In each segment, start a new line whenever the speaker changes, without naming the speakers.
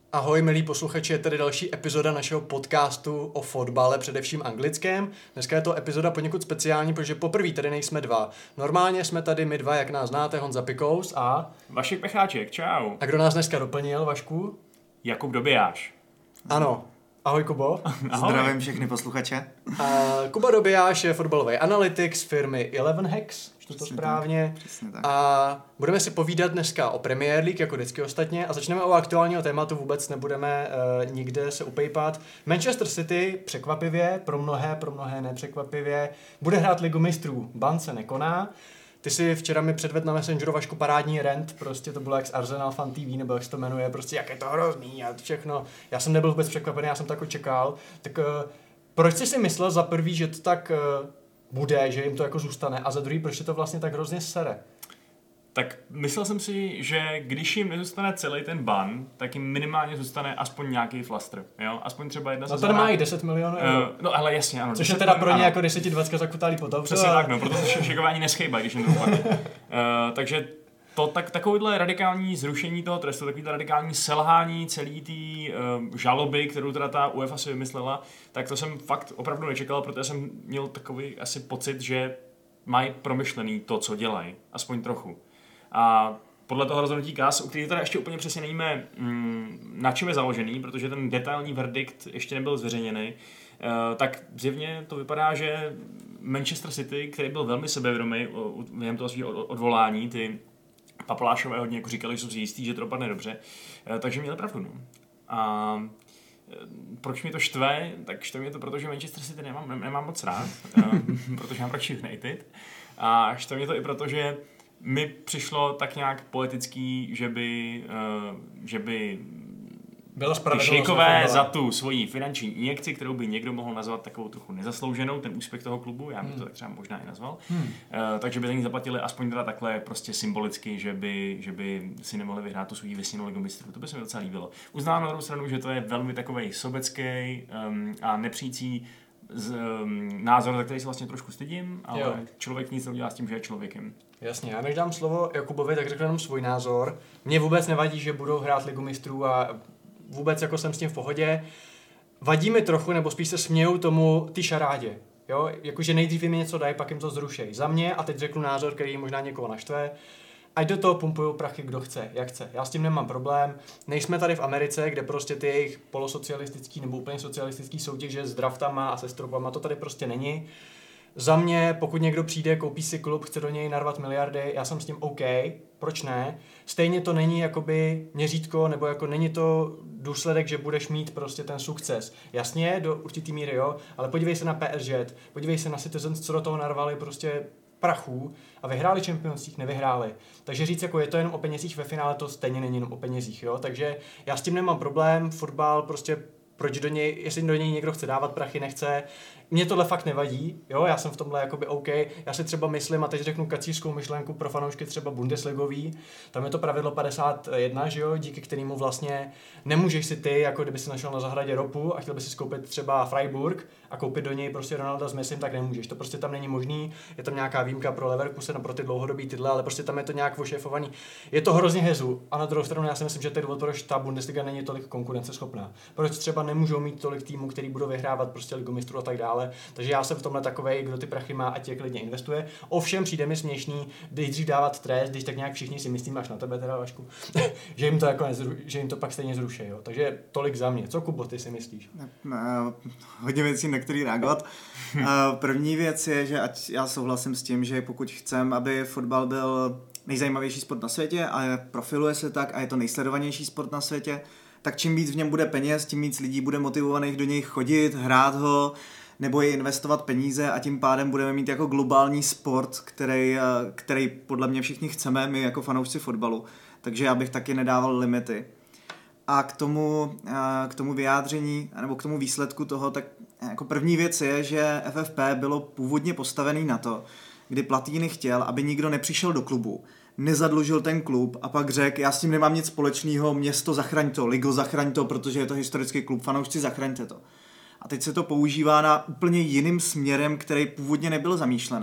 Ahoj milí posluchači, je tady další epizoda našeho podcastu o fotbale, především anglickém. Dneska je to epizoda poněkud speciální, protože poprvé tady nejsme dva. Normálně jsme tady my dva, jak nás znáte, Honza Pikous a...
Vašek Pecháček, čau.
A kdo nás dneska doplnil, Vašku?
Jakub Dobijáš.
Ano. Ahoj Kubo.
Ahoj. Zdravím všechny posluchače.
Kuba Dobijáš je fotbalový analytik z firmy 11Hacks, to správně.
Tak.
A budeme si povídat dneska o Premier League, jako vždycky ostatně, a začneme o aktuálního tématu, vůbec nebudeme nikde se upejpat. Manchester City překvapivě, pro mnohé nepřekvapivě, bude hrát Ligu mistrů. Ban se nekoná. Ty si včera mi předvedl na Messengeru, Vašku, parádní rant, prostě to bylo jak z Arsenal Fan TV, nebo jak se to jmenuje, prostě jak je to hrozný a všechno. Já jsem nebyl vůbec překvapený, já jsem to jako čekal. Tak proč jsi si myslel za prvý, že to tak bude, že jim to jako zůstane, a za druhý, proč je to vlastně tak hrozně sere?
Tak myslel jsem si, že když jim nezůstane celý ten ban, tak jim minimálně zůstane aspoň nějaký flastr, jo? Aspoň třeba jedna sezóna.
No ten má i 10 milionů euro.
No ale jasně, ano.
Což je teda pro ně jako 10-20 zakutálí potom.
Přesně tak, no, protože šikování neschejbají, když jim to dopadne. Takže takovýhle radikální zrušení toho trestu, takovýhle radikální selhání celý té žaloby, kterou teda ta UEFA si vymyslela, tak to jsem fakt opravdu nečekal, protože jsem měl takový asi pocit, že mají promyšlený to, co dělají, aspoň trochu. A podle toho rozhodnutí KAS, u kterých teda ještě úplně přesně nevíme, na čem je založený, protože ten detailní verdikt ještě nebyl zveřejněný, tak zjevně to vypadá, že Manchester City, který byl velmi sebevědomý během toho svého odvolání, ty papalášové hodně jako říkali, že jsou si jistí, že to dopadne dobře, takže měli pravdu. No. A proč mě to štve? Tak štve mě to, protože Manchester City nemám moc rád, protože mám radši United. A štve mě to i proto, že mi přišlo tak nějak poetický, že by ty šejkové za tu svoji finanční injekci, kterou by někdo mohl nazvat takovou trochu nezaslouženou, ten úspěch toho klubu, já bych to tak třeba možná i nazval, takže by za ní zaplatili aspoň teda takhle prostě symbolicky, že by si nemohli vyhrát tu svou vysněnou Ligu mistrů. To by se mi docela líbilo. Uznám na druhou stranu, že to je velmi takovej sobecký a nepřící názor, za který se vlastně trošku stydím, ale člověk nic neudělá s tím, že je člověkem.
Jasně, já než dám slovo Jakubovi, tak řeknu jenom svůj názor. Mně vůbec nevadí, že budou hrát Ligu mistrů a vůbec jako jsem s tím v pohodě. Vadí mi trochu, nebo spíš se smějou tomu ty šarádě. Jo? Jakože nejdřív jim něco dají, pak jim to zrušej. Za mě, a teď řeknu názor, který možná někoho naštve, ať do toho pumpujou prachy, kdo chce, jak chce. Já s tím nemám problém. Nejsme tady v Americe, kde prostě ty jejich polosocialistický nebo úplně socialistický soutěže s draftama a se stropama, to tady prostě není. Za mě, pokud někdo přijde, koupí si klub, chce do něj narvat miliardy, já jsem s tím OK, proč ne? Stejně to není jakoby měřítko, nebo jako není to důsledek, že budeš mít prostě ten sukces. Jasně, do určitý míry, jo, ale podívej se na PSG, podívej se na Citizens, co do toho narvali prostě prachů a vyhráli Champions League, nevyhráli. Takže říct, jako je to jenom o penězích ve finále, to stejně není jenom o penězích, jo? Takže já s tím nemám problém, fotbal prostě proč do něj, jestli do něj někdo chce dávat prachy, nechce. Mně tohle fakt nevadí, jo, já jsem v tomhle jakoby OK. Já si třeba myslím, a teď řeknu kacířskou myšlenku pro fanoušky třeba Bundesligový, tam je to pravidlo 51, že jo, díky kterému vlastně nemůžeš si ty, jako kdyby si našel na zahradě ropu a chtěl by si koupit třeba Freiburg a koupit do něj prostě Ronalda s Messim, tak nemůžeš. To prostě tam není možný. Je tam nějaká výjimka pro Leverkusen a pro ty dlouhodobý tyhle, ale prostě tam je to nějak ošéfovaný. Je to hrozně hezu. A na druhou stranu já si myslím, že to je důvod, proč ta Bundesliga není tolik konkurenceschopná. Proč třeba nemůžou mít tolik týmů, který budou vyhrávat prostě Ligu mistrů a tak dále. Takže já jsem v tomhle takovej, kdo ty prachy má, ať je klidně investuje. Ovšem přijde mi směšný, dřív dávat trest, když tak nějak všichni si myslíme, až na tebe teda, Vašku, že jim to jako že jim to pak stejně zruší, jo. Takže tolik za mě. Co, Kubo, ty si myslíš?
Hodně věcí, na který reagovat. První věc je, že ať já souhlasím s tím, že pokud chcem, aby fotbal byl nejzajímavější sport na světě a profiluje se tak a je to nejsledovanější sport na světě, tak čím víc v něm bude peněz, tím víc lidí bude motivovaných do něj chodit, hrát ho, nebo je investovat peníze a tím pádem budeme mít jako globální sport, který podle mě všichni chceme, my jako fanoušci fotbalu. Takže já bych taky nedával limity. A k tomu vyjádření, nebo k tomu výsledku toho, tak jako první věc je, že FFP bylo původně postavený na to, kdy Platini chtěl, aby nikdo nepřišel do klubu, nezadlužil ten klub a pak řekl, já s tím nemám nic společného, město zachraň to, ligo zachraň to, protože je to historický klub, fanoušci zachraňte to. A teď se to používá na úplně jiným směrem, který původně nebyl zamýšlený.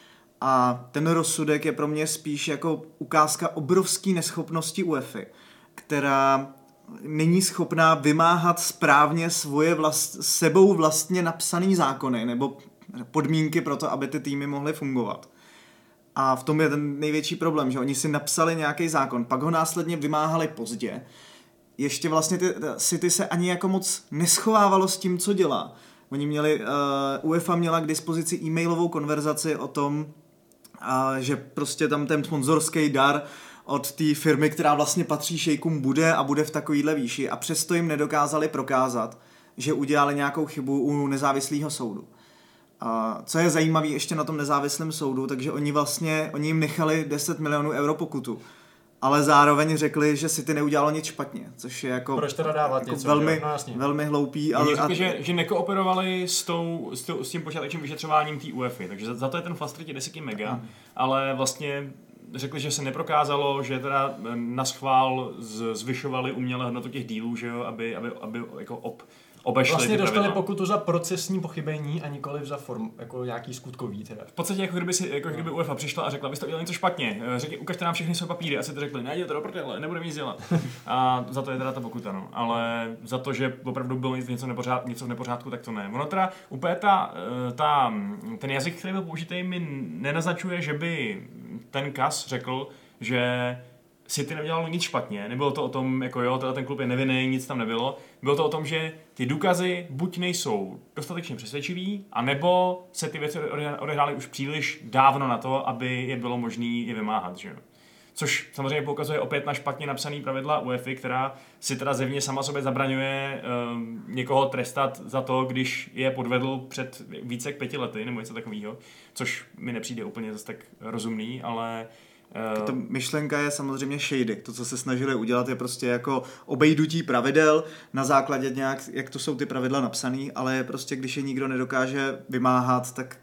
A ten rozsudek je pro mě spíš jako ukázka obrovské neschopnosti UEFA, která není schopná vymáhat správně svoje sebou vlastně napsaný zákony nebo podmínky pro to, aby ty týmy mohly fungovat. A v tom je ten největší problém, že oni si napsali nějaký zákon, pak ho následně vymáhali pozdě. Ještě vlastně City se ani jako moc neschovávalo s tím, co dělá. Oni měli, UEFA měla k dispozici e-mailovou konverzaci o tom, že prostě tam ten sponzorský dar od té firmy, která vlastně patří šejkům, bude a bude v takovýhle výši a přesto jim nedokázali prokázat, že udělali nějakou chybu u nezávislého soudu. A co je zajímavé ještě na tom nezávislém soudu, takže oni jim nechali 10 milionů euro pokutu, ale zároveň řekli, že City neudělalo nic špatně, což je jako,
proč teda dávat
jako
něco,
velmi hloupý.
Oni řekli, že nekooperovali s tím počátečním vyšetřováním té UEFA, takže za to je ten flaster 10 mega, ale vlastně řekli, že se neprokázalo, že teda naschvál zvyšovali uměle hodnotu těch dílů, že jo, aby jako obešli
vlastně dostali
pravidla.
pokutu za procesní pochybení a nikoli za form, jako nějaký skutkový teda.
V podstatě jako kdyby UEFA přišla a řekla, vy jste udělali něco špatně, ukažte nám všechny své papíry a si to řekli, ne, to do prdele, nebudeme nic dělat. A za to je teda ta pokuta, no. Ale za to, že opravdu bylo něco v nepořádku, tak to ne. Ono teda úplně ten jazyk, který byl použitý, mi nenaznačuje, že by ten Kas řekl, že City nedělalo nic špatně, nebylo to o tom, jako jo, teda ten klub je nevinný, nic tam nebylo. Bylo to o tom, že ty důkazy buď nejsou dostatečně přesvědčivý, anebo se ty věci odehrály už příliš dávno na to, aby je bylo možné je vymáhat, že jo. Což samozřejmě poukazuje opět na špatně napsaný pravidla UEFA, která si teda zevně sama sobě zabraňuje někoho trestat za to, když je podvedl před více jak 5 lety, nebo něco takového, což mi nepřijde úplně zase tak rozumný, ale
ta myšlenka je samozřejmě shady. To, co se snažili udělat, je prostě jako obejdutí pravidel na základě nějak, jak to jsou ty pravidla napsaný, ale prostě když je nikdo nedokáže vymáhat, tak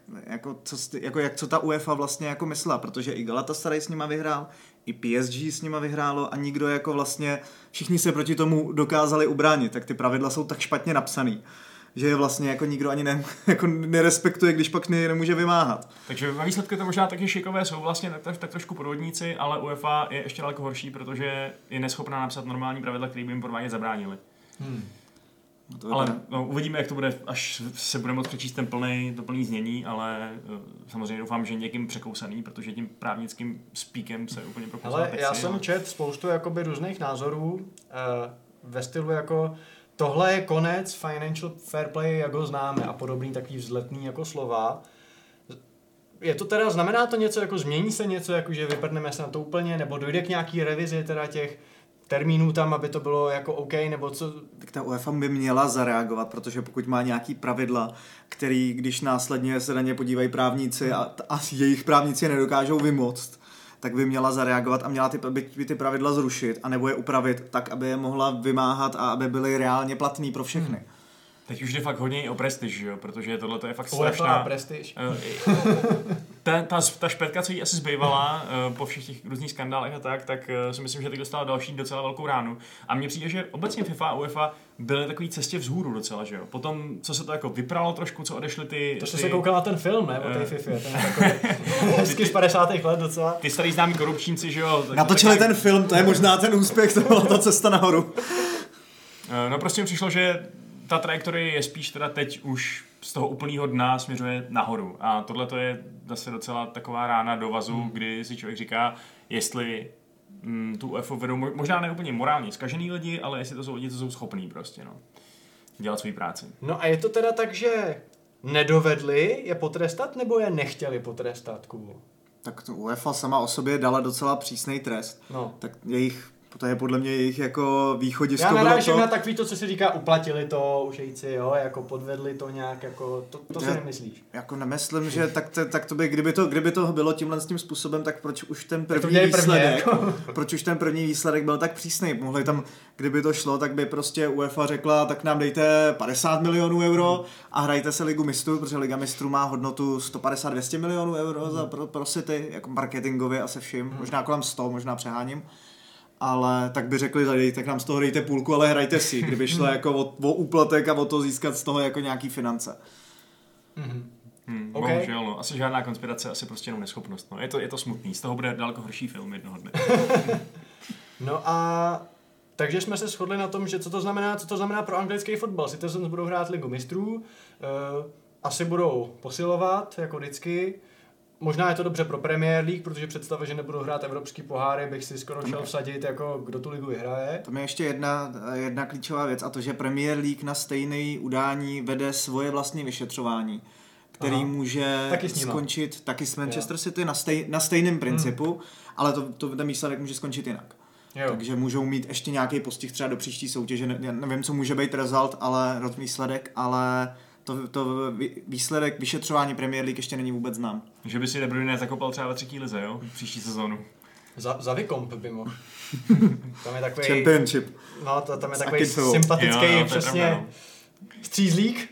co ta UEFA vlastně jako myslela, protože i Galatasaray s nima vyhrál, i PSG s nima vyhrálo a nikdo jako vlastně, všichni se proti tomu dokázali ubránit, tak ty pravidla jsou tak špatně napsaný, že je vlastně jako nikdo ani nerespektuje, když pak nemůže vymáhat.
Takže na výsledku je to možná taky šikové jsou vlastně tak trošku podvodníci, ale UEFA je ještě daleko horší, protože je neschopná napsat normální pravidla, které by jim podvádět zabránili. Ale uvidíme, jak to bude, až se bude moct přečíst to plný znění, ale samozřejmě doufám, že někým překousaný, protože tím právnickým speakem se úplně prokousal.
Ale já jsem četl spoustu jakoby různých názorů ve stylu jako tohle je konec financial fair play, jak ho známe a podobný takový vzletný jako slova. Je to teda, znamená to něco, jako změní se něco, jako že vyprdneme se na to úplně, nebo dojde k nějaký revizi teda těch termínů tam, aby to bylo jako OK, nebo co?
Tak ta UEFA by měla zareagovat, protože pokud má nějaký pravidla, který, když následně se na ně podívají právníci a jejich právníci nedokážou vymoct, tak by měla zareagovat a měla ty pravidla zrušit, anebo je upravit tak, aby je mohla vymáhat a aby byly reálně platný pro všechny.
Teď už jde fakt hodně i o prestiž, jo? Protože tohle je fakt
UEFA
strašná...
prestiž.
Ta špetka, co jí asi zbývala po všech těch různých skandálech a tak si myslím, že teď dostala další docela velkou ránu. A mně přijde, že obecně FIFA a UEFA byly na takový cestě vzhůru docela, že jo. Potom, co se to jako vypralo trošku, co odešly ty...
To jsi se koukal na ten film, ne? O té FIFA. Ten takový hezky z 50. let docela.
Ty starý známí korupčníci, že jo.
Natočili ten film, to je možná ten úspěch, to byla ta cesta nahoru.
No prostě mi přišlo, že ta trajektorie je spíš teda teď už z toho úplného dna směřuje nahoru. A tohle to je zase docela taková rána do vazu, kdy si člověk říká, jestli tu UEFA vedou možná ne úplně morálně zkažený lidi, ale jestli to jsou lidi, co jsou schopní prostě, no, dělat svou práci.
No a je to teda tak, že nedovedli je potrestat, nebo je nechtěli potrestat, Kubo?
Tak to UEFA sama o sobě dala docela přísný trest.
No.
Tak to je podle mě jejich jako východisko.
Já narážím na takový to, co se říká, uplatili to ušejci, jo, jako podvedli to nějak, jako, to si nemyslíš?
Jako nemyslím, že tak to by, kdyby to bylo tímhle s tím způsobem, tak proč už ten první výsledek byl tak přísný? Mohli tam, kdyby to šlo, tak by prostě UEFA řekla, tak nám dejte 50 milionů euro a hrajte se Ligu mistrů, protože Liga mistrů má hodnotu 150-200 milionů euro pro City, jako marketingově a se vším, možná kolem 100, možná přeháním. Ale tak by řekli, tak nám z toho dejte půlku, ale hrajte si, kdyby šlo jako o úplatek a o to získat z toho jako nějaký finance.
Okay.
Bohužel, no. Asi žádná konspirace, asi prostě jenom neschopnost. No. Je to smutný, z toho bude daleko horší film jednoho dne.
No a Takže jsme se shodli na tom, že co to znamená pro anglický fotbal. Citizens budou hrát Ligu mistrů, asi budou posilovat, jako vždycky. Možná je to dobře pro Premier League, protože představa, že nebudou hrát evropský poháry, bych si skoro šel vsadit, jako kdo tu ligu vyhraje.
Tam je ještě jedna klíčová věc, a to, že Premier League na stejné udání vede svoje vlastní vyšetřování, který může skončit taky s Manchester City na stejném principu, ale ten výsledek může skončit jinak. Jo. Takže můžou mít ještě nějaký postih třeba do příští soutěže, nevím, co může být výsledek, ale to výsledek vyšetřování Premier League ještě není vůbec znám.
Že by si De Bruyne zakopal třeba ve 3. lize, jo? Příští sezónu.
Za Vykomp by mohl. Tam je takový...
Championship.
No, tam je takový sympatický, přesně střízlík.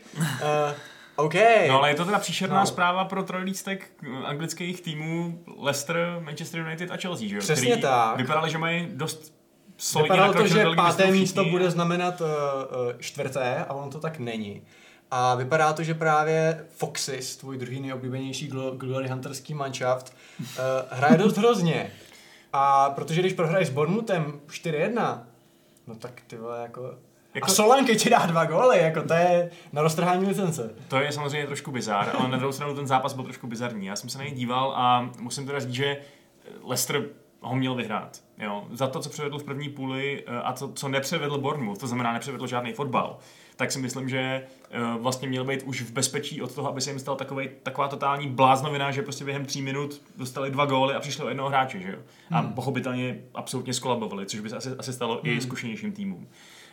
OK.
No ale je to teda příšerná zpráva pro trojlístek anglických týmů Leicester, Manchester United a Chelsea, že jo?
Přesně tak.
Vypadali, že mají dost solidně
vypadalo to, že 5. místo bude znamenat 4. a ono to tak není. A vypadá to, že právě Foxes, tvůj druhý nejoblíbenější Glory Hunterský manšaft, hraje dost hrozně. A protože když prohraješ s Bournemouthem 4-1, no tak ty vole jako... A Solanke ti dá 2 góly, jako to je na roztrhání licence.
To je samozřejmě trošku bizár, ale na druhou stranu ten zápas byl trošku bizarní. Já jsem se na něj díval a musím teda říct, že Leicester ho měl vyhrát. Jo? Za to, co předvedl v první půli a co nepředvedl Bournemouth, to znamená nepředvedl žádný fotbal, tak si myslím, že vlastně měl být už v bezpečí od toho, aby se jim stal taková totální bláznovina, že prostě během 3 minut dostali 2 góly a přišli o jednoho hráče, že jo? A pochopitelně absolutně skolabovali, což by se asi stalo i zkušenějším týmům.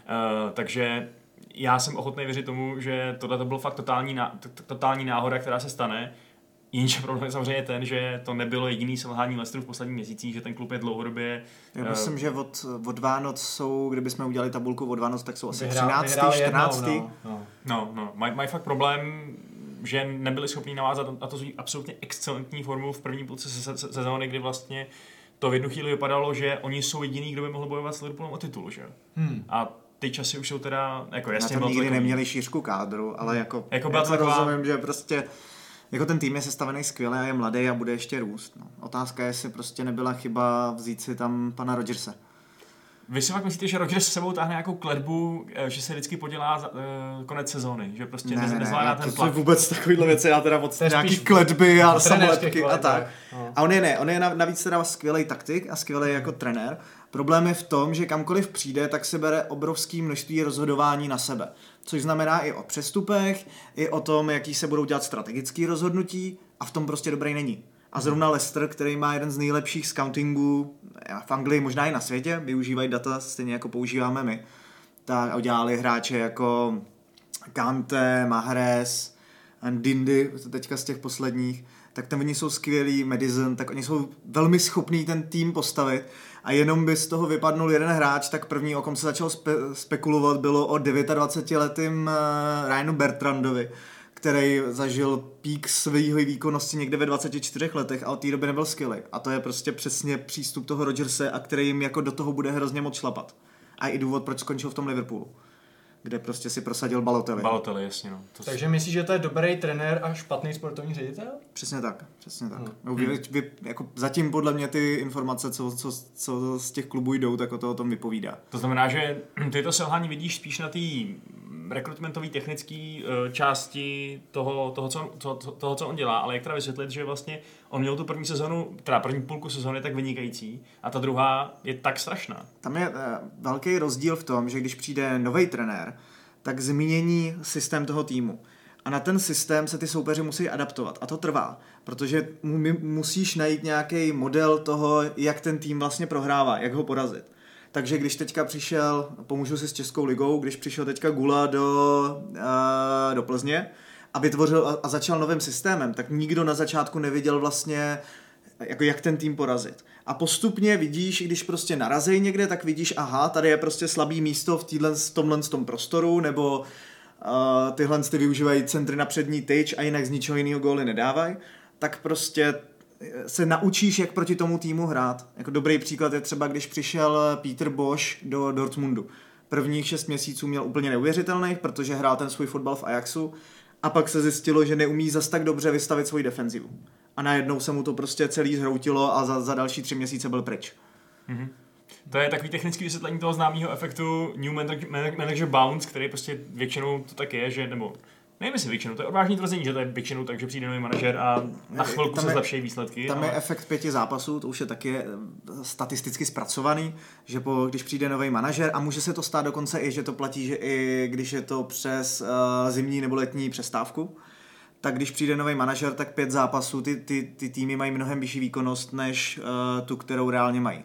Takže já jsem ochotný věřit tomu, že tohle to byl fakt totální náhoda, která se stane. Jenže problém je samozřejmě ten, že to nebylo jediný selhání Leicesteru v posledních měsících, že ten klub je dlouhodobě...
Já myslím, že od Vánoc jsou, kdybychom udělali tabulku od Vánoc, tak jsou asi 13. 14.
No. Mají fakt problém, že nebyli schopni navázat na to absolutně excelentní formu v první půlce sezóny, kdy vlastně to v jednu chvíli vypadalo, že oni jsou jediný, kdo by mohl bojovat s Liverpoolem o titul, že? A ty časy už jsou teda, jako jasně...
Na to nikdy neměli šířku kádru, ale jako rozumím, že prostě jako ten tým je sestavený skvěle a je mladý a bude ještě růst. No. Otázka je, jestli prostě nebyla chyba vzít si tam pana Rodgerse.
Vy si fakt myslíte, že Rodgers s sebou táhne nějakou kletbu, že se vždycky podělá konec sezóny, že prostě nezvládá ten tlak?
To vůbec takovýhle věci, já teda od nějaký kletby a samolepky a tak. No. A on je navíc teda skvělý taktik a skvělý jako trenér. Problém je v tom, že kamkoliv přijde, tak se bere obrovské množství rozhodování na sebe. Což znamená i o přestupech, i o tom, jaký se budou dělat strategické rozhodnutí a v tom prostě dobrý není. A zrovna Leicester, který má jeden z nejlepších scoutingů v Anglii, možná i na světě, využívají data stejně jako používáme my, tak udělali hráče jako Kante, Mahrez, Dindy, teďka z těch posledních, tak tam oni jsou skvělí, Madison, tak oni jsou velmi schopní ten tým postavit a jenom by z toho vypadnul jeden hráč, tak první, o kom se začal spekulovat, bylo o 29letým Ryanu Bertrandovi, který zažil pík svého výkonnosti někde ve 24 letech a od té doby nebyl skvělý. A to je prostě přesně přístup toho Rodgerse, a který jim jako do toho bude hrozně moc šlapat. A i důvod, proč skončil v tom Liverpoolu, kde prostě si prosadil Balotelli.
Balotelli, jasně, no.
Takže myslíš, že to je dobrý trenér a špatný sportovní ředitel?
Přesně tak. Jako zatím podle mě ty informace, co z těch klubů jdou, tak o tom vypovídá.
To znamená, že ty to selhání vidíš spíš na té rekrutmentové technické části toho, co on dělá, ale jak teda vysvětlit, že vlastně on měl tu první sezonu, teda první půlku sezony tak vynikající a ta druhá je tak strašná.
Tam je velký rozdíl v tom, že když přijde nový trenér, tak změní systém toho týmu. A na ten systém se ty soupeři musí adaptovat. A to trvá, protože musíš najít nějaký model toho, jak ten tým vlastně prohrává, jak ho porazit. Takže když teďka přišel, pomůžu si s Českou ligou, když přišel teďka Gula do Plzně a vytvořil a začal novým systémem, tak nikdo na začátku neviděl vlastně, jako jak ten tým porazit. A postupně vidíš, když prostě narazí někde, tak vidíš, aha, tady je prostě slabý místo v tomhle prostoru, nebo tyhle ty využívají centry na přední tyč a jinak z ničeho jiného góly nedávají, tak prostě se naučíš, jak proti tomu týmu hrát. Jako dobrý příklad je třeba, když přišel Peter Bosch do Dortmundu. Prvních 6 měsíců měl úplně neuvěřitelných, protože hrál ten svůj fotbal v Ajaxu a pak se zjistilo, že neumí zas tak dobře vystavit svoji defenzivu. A najednou se mu to prostě celý zhroutilo a za další 3 měsíce byl pryč.
Mm-hmm. To je takový technický vysvětlení toho známého efektu New Manager Bounce, který prostě většinou to tak je, že nebo nevím, jestli většinou, to je odvážný tvrzení, že to je většinou, takže přijde nový manažer a na chvilku se zlepší výsledky.
Tam je efekt 5 zápasů, to už je taky statisticky zpracovaný, že když přijde nový manažer, a může se to stát dokonce i, že to platí, že i když je to přes zimní nebo letní přestávku, tak když přijde nový manažer, tak 5 zápasů ty týmy mají mnohem vyšší výkonnost, než tu, kterou reálně mají.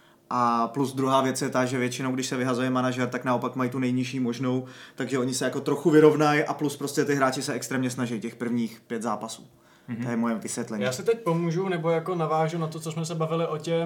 A plus druhá věc je ta, že většinou, když se vyhazuje manažer, tak naopak mají tu nejnižší možnou, takže oni se jako trochu vyrovnají a plus prostě ty hráči se extrémně snaží těch prvních 5 zápasů. To je moje vysvětlení.
Já si teď pomůžu, nebo jako navážu na to, co jsme se bavili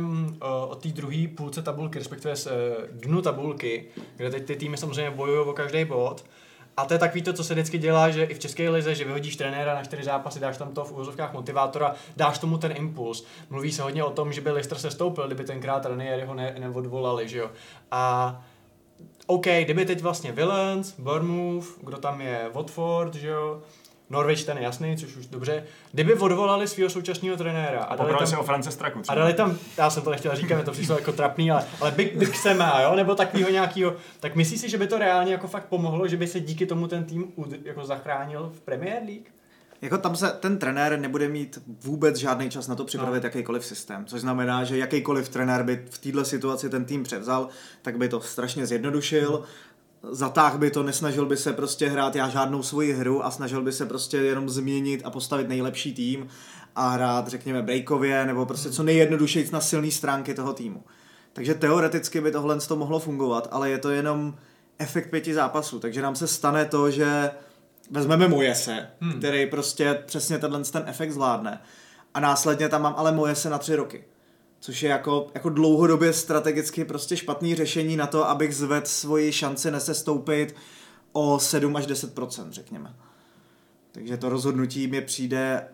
o té druhé půlce tabulky, respektive dnu tabulky, kde teď ty týmy samozřejmě bojují o každý bod. A to je takový to, co se vždycky dělá, že i v české lize, že vyhodíš trenéra na 4 zápasy, dáš tam toho v úvozovkách motivátora, dáš tomu ten impuls. Mluví se hodně o tom, že by Leicester se stoupil, kdyby tenkrát Ranieri ho neodvolali, že jo. A OK, kdyby teď vlastně Villains, Bournemouth, kdo tam je, Watford, že jo, Norwich, ten je jasný, což už dobře. Kdyby odvolali svého současného trenéra a dali tam,
se o France Straku.
a dali tam, já jsem to nechtěl říkat, mi to přišlo jako trapný, ale Big Sema, jo, nebo takovýho nějakýho, tak myslíš si, že by to reálně jako fakt pomohlo, že by se díky tomu ten tým jako zachránil v Premier League?
Jako tam se ten trenér nebude mít vůbec žádný čas na to připravit jakýkoliv systém, což znamená, že jakýkoliv trenér by v této situaci ten tým převzal, tak by to strašně zjednodušil. Zatáh by to, nesnažil by se prostě hrát žádnou svoji hru a snažil by se prostě jenom změnit a postavit nejlepší tým a hrát, řekněme, breakově nebo prostě co nejjednodušeji na silné stránky toho týmu. Takže teoreticky by tohle to mohlo fungovat, ale je to jenom efekt 5 zápasů, takže nám se stane to, že vezmeme Moyese, který prostě přesně ten efekt zvládne a následně tam mám ale Moyese na 3 roky. Což je jako dlouhodobě strategicky prostě špatný řešení na to, abych zvedl svoji šanci nesestoupit o 7 až 10%, řekněme. Takže to rozhodnutí mi přijde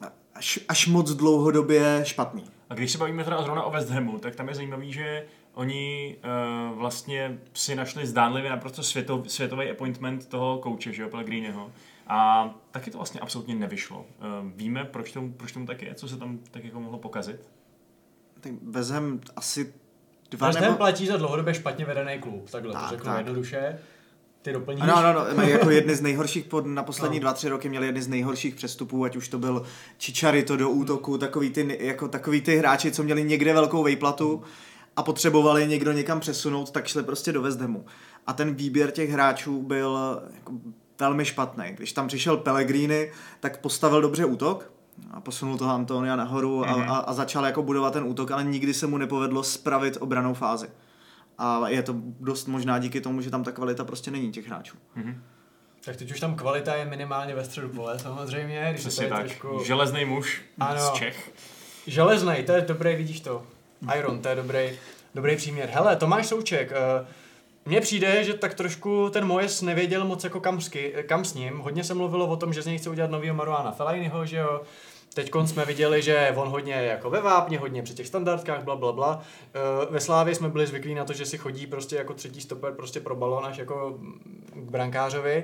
až moc dlouhodobě špatný.
A když se bavíme teda zrovna o West Hamu, tak tam je zajímavý, že oni vlastně si našli zdánlivě naprosto světový appointment toho kouče, že jo, Pellegriniho. A taky to vlastně absolutně nevyšlo. Víme, proč tomu tak je? Co se tam tak jako mohlo pokazit?
Tak West Ham asi
West Ham platí za dlouhodobě špatně vedený klub, takhle to řeknu jednoduše. Ty doplníš?
No, jako jedny z nejhorších, na poslední 2-3 roky měli jedny z nejhorších přestupů, ať už to byl Chicharito do útoku, takový ty hráči, co měli někde velkou vejplatu a potřebovali někdo někam přesunout, tak šli prostě do West Hamu. A ten výběr těch hráčů byl jako velmi špatný. Když tam přišel Pellegrini, tak postavil dobře útok a posunul toho Antonia nahoru a začal jako budovat ten útok, ale nikdy se mu nepovedlo spravit obrannou fázi. A je to dost možná díky tomu, že tam ta kvalita prostě není těch hráčů.
Tak teď už tam kvalita je minimálně ve středu pole, samozřejmě. Když
přesně tak,
trošku...
železnej muž z Čech.
Železnej, to je dobrý, vidíš to. Iron, to je dobrý příměr. Hele, Tomáš Souček, mně přijde, že tak trošku ten Moyes nevěděl moc jako kam s ním. Hodně se mluvilo o tom, že z něj chce udělat novýho Marouana Fellainiho, že jo. Teďkon jsme viděli, že on hodně jako ve vápně, hodně při těch standardkách, blablabla. Ve Slávii jsme byli zvyklí na to, že si chodí prostě jako třetí stoper prostě pro balón až jako k brankářovi.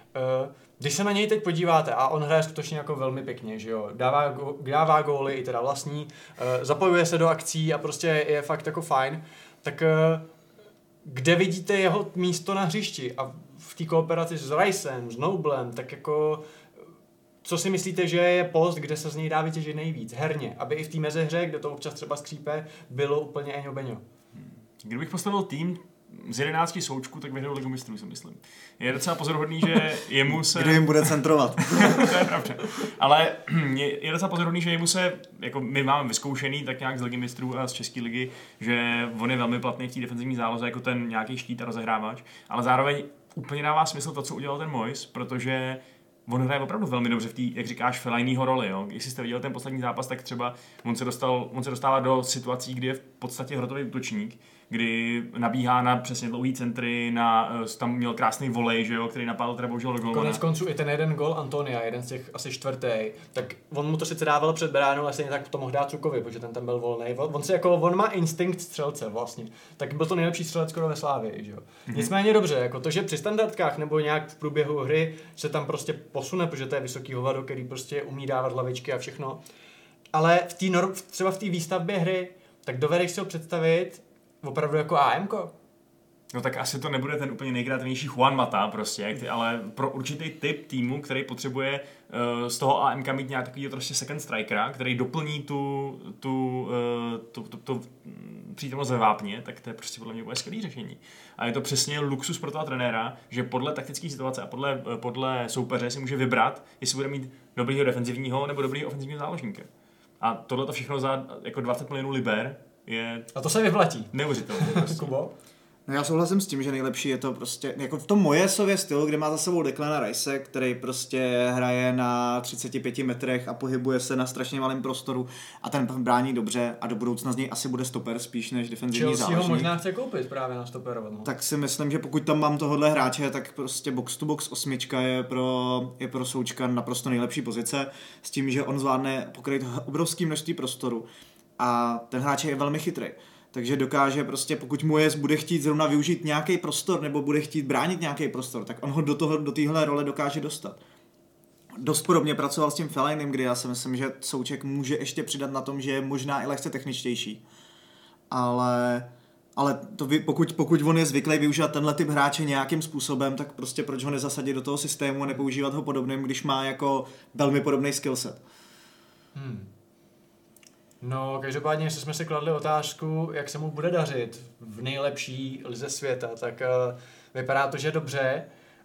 Když se na něj teď podíváte, a on hraje skutečně jako velmi pěkně, že jo, dává góly i teda vlastní, zapojuje se do akcí a prostě je fakt jako fajn, tak kde vidíte jeho místo na hřišti a v té kooperaci s Ricem, s Noblem, tak jako co si myslíte, že je post, kde se z něj dá vytěžit nejvíc, herně, aby i v té mezehře, kde to občas třeba skřípe, bylo úplně eňo beňo?
Kdybych postavil tým z 11 součků, tak vyhrál Ligu mistrů, si myslím. Je docela pozoruhodný, že jemu se...
Kdo jim bude centrovat?
To je pravda. Ale je docela pozoruhodný, že jemu se, jako my máme vyzkoušený tak nějak z Ligy mistrů a z České ligy, že on je velmi platný v té defenzivní záloze jako ten nějaký štít a rozehrávač, ale zároveň úplně dává smysl to, co udělal ten Moyes, protože on hraje opravdu velmi dobře v té, jak říkáš, Fellainiho roli. Jo? Jestli jste viděli ten poslední zápas, tak třeba on se dostává do situací, kdy je v podstatě hrotový útočník, kdy nabíhá na přesně dlouhý centry, tam měl krásný volej, že jo, který napadl teda bohužel do golmana.
Konec konců i ten jeden gol Antonia, jeden z těch asi 4., tak on mu to sice dával před bránou, ale stejně tak to mohl dát Cukovi, protože ten tam byl volnej. On má instinkt střelce vlastně. Tak byl to nejlepší střelec skoro ve Slávii, že jo. Nicméně dobře, jako to, že při standardkách nebo nějak v průběhu hry se tam prostě posune, protože to je vysoký hovado, který prostě umí dávat hlavičky a všechno. Ale třeba v té výstavbě hry, tak dovedeš si ho představit opravdu jako AMko.
No tak asi to nebude ten úplně nejkreativnější Juan Mata prostě, ale pro určitý typ týmu, který potřebuje z toho AMK mít nějak takový prostě second strikera, který doplní tu přítomnost ve vápně, tak to je prostě podle mě úplně skvělý řešení. A je to přesně luxus pro toho trenéra, že podle taktické situace a podle soupeře si může vybrat, jestli bude mít dobrýho defenzivního nebo dobrýho ofenzivního záložníka. A tohle to všechno za jako 20 milionů liber je...
A to se vyplatí.
Neuvěřitelné. Prostě.
Kubo?
No já souhlasím s tím, že nejlepší je to prostě, jako v tom Moyesově stylu, kde má za sebou Declana Rice, který prostě hraje na 35 metrech a pohybuje se na strašně malém prostoru a ten brání dobře a do budoucna z něj asi bude stoper spíš než defenzivní záložník.
Chelsea ho možná chce koupit právě na stoperovat. No.
Tak si myslím, že pokud tam mám tohohle hráče, tak prostě box to box 8 je pro Součka naprosto nejlepší pozice s tím, že on zvládne pokryt obrovské množství prostoru a ten hráč je velmi chytrý. Takže dokáže prostě, pokud Moyes bude chtít zrovna využít nějaký prostor nebo bude chtít bránit nějaký prostor, tak on ho do téhle role dokáže dostat. Dost podobně pracoval s tím Fellainem, kdy já si myslím, že Souček může ještě přidat na tom, že je možná i lehce techničtější. Ale to pokud on je zvyklý využívat tenhle typ hráče nějakým způsobem, tak prostě proč ho nezasadit do toho systému a nepoužívat ho podobným, když má jako velmi podobný skillset.
No, každopádně, jestli jsme si kladli otázku, jak se mu bude dařit v nejlepší lize světa, tak vypadá to, že dobře.